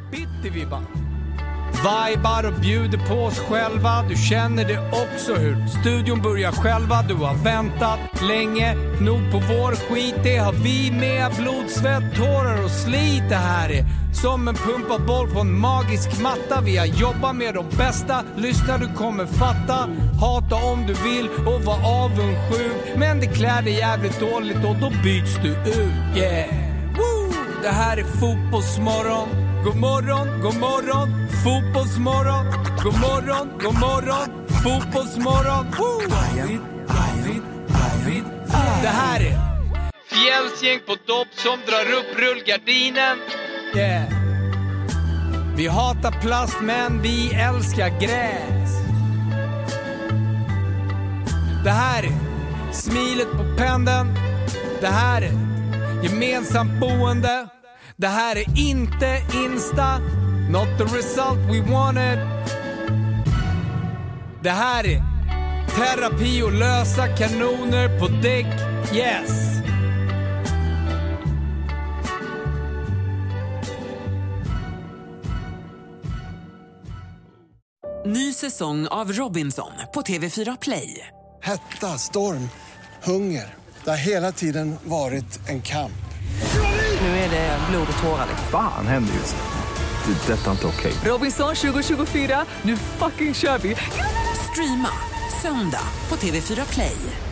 Vibar och bjuder på oss själva. Du känner det också hur studion börjar själva. Du har väntat länge nog på vår skit. Det har vi med. Blod, svett, tårar och slit. Det här är som en pumpad boll på en magisk matta. Vi har jobbat med de bästa. Lyssna, du kommer fatta. Hata om du vill och var avundsjuk. Men det klär dig jävligt dåligt och då byts du ut. Yeah. Woo! Det här är Fotbollsmorgon. God morgon, god morgon, fotbollsmorgon. God morgon, god morgon, fotbollsmorgon. David. Det här är Fjällsgäng på dopp som drar upp rullgardinen. Yeah. Vi hatar plast men vi älskar gräs. Det här är smilet på pendeln. Det här är gemensamt boende. Det här är inte Insta, not the result we wanted. Det här är terapi och lösa kanoner på däck, yes. Ny säsong av Robinson på TV4 Play. Hetta, storm, hunger. Det har hela tiden varit en kamp. Nu är det blod och tårar. Fan händer just det. Det är detta inte okej. Robinson 2024, nu fucking kör vi. Streama söndag på TV4 Play.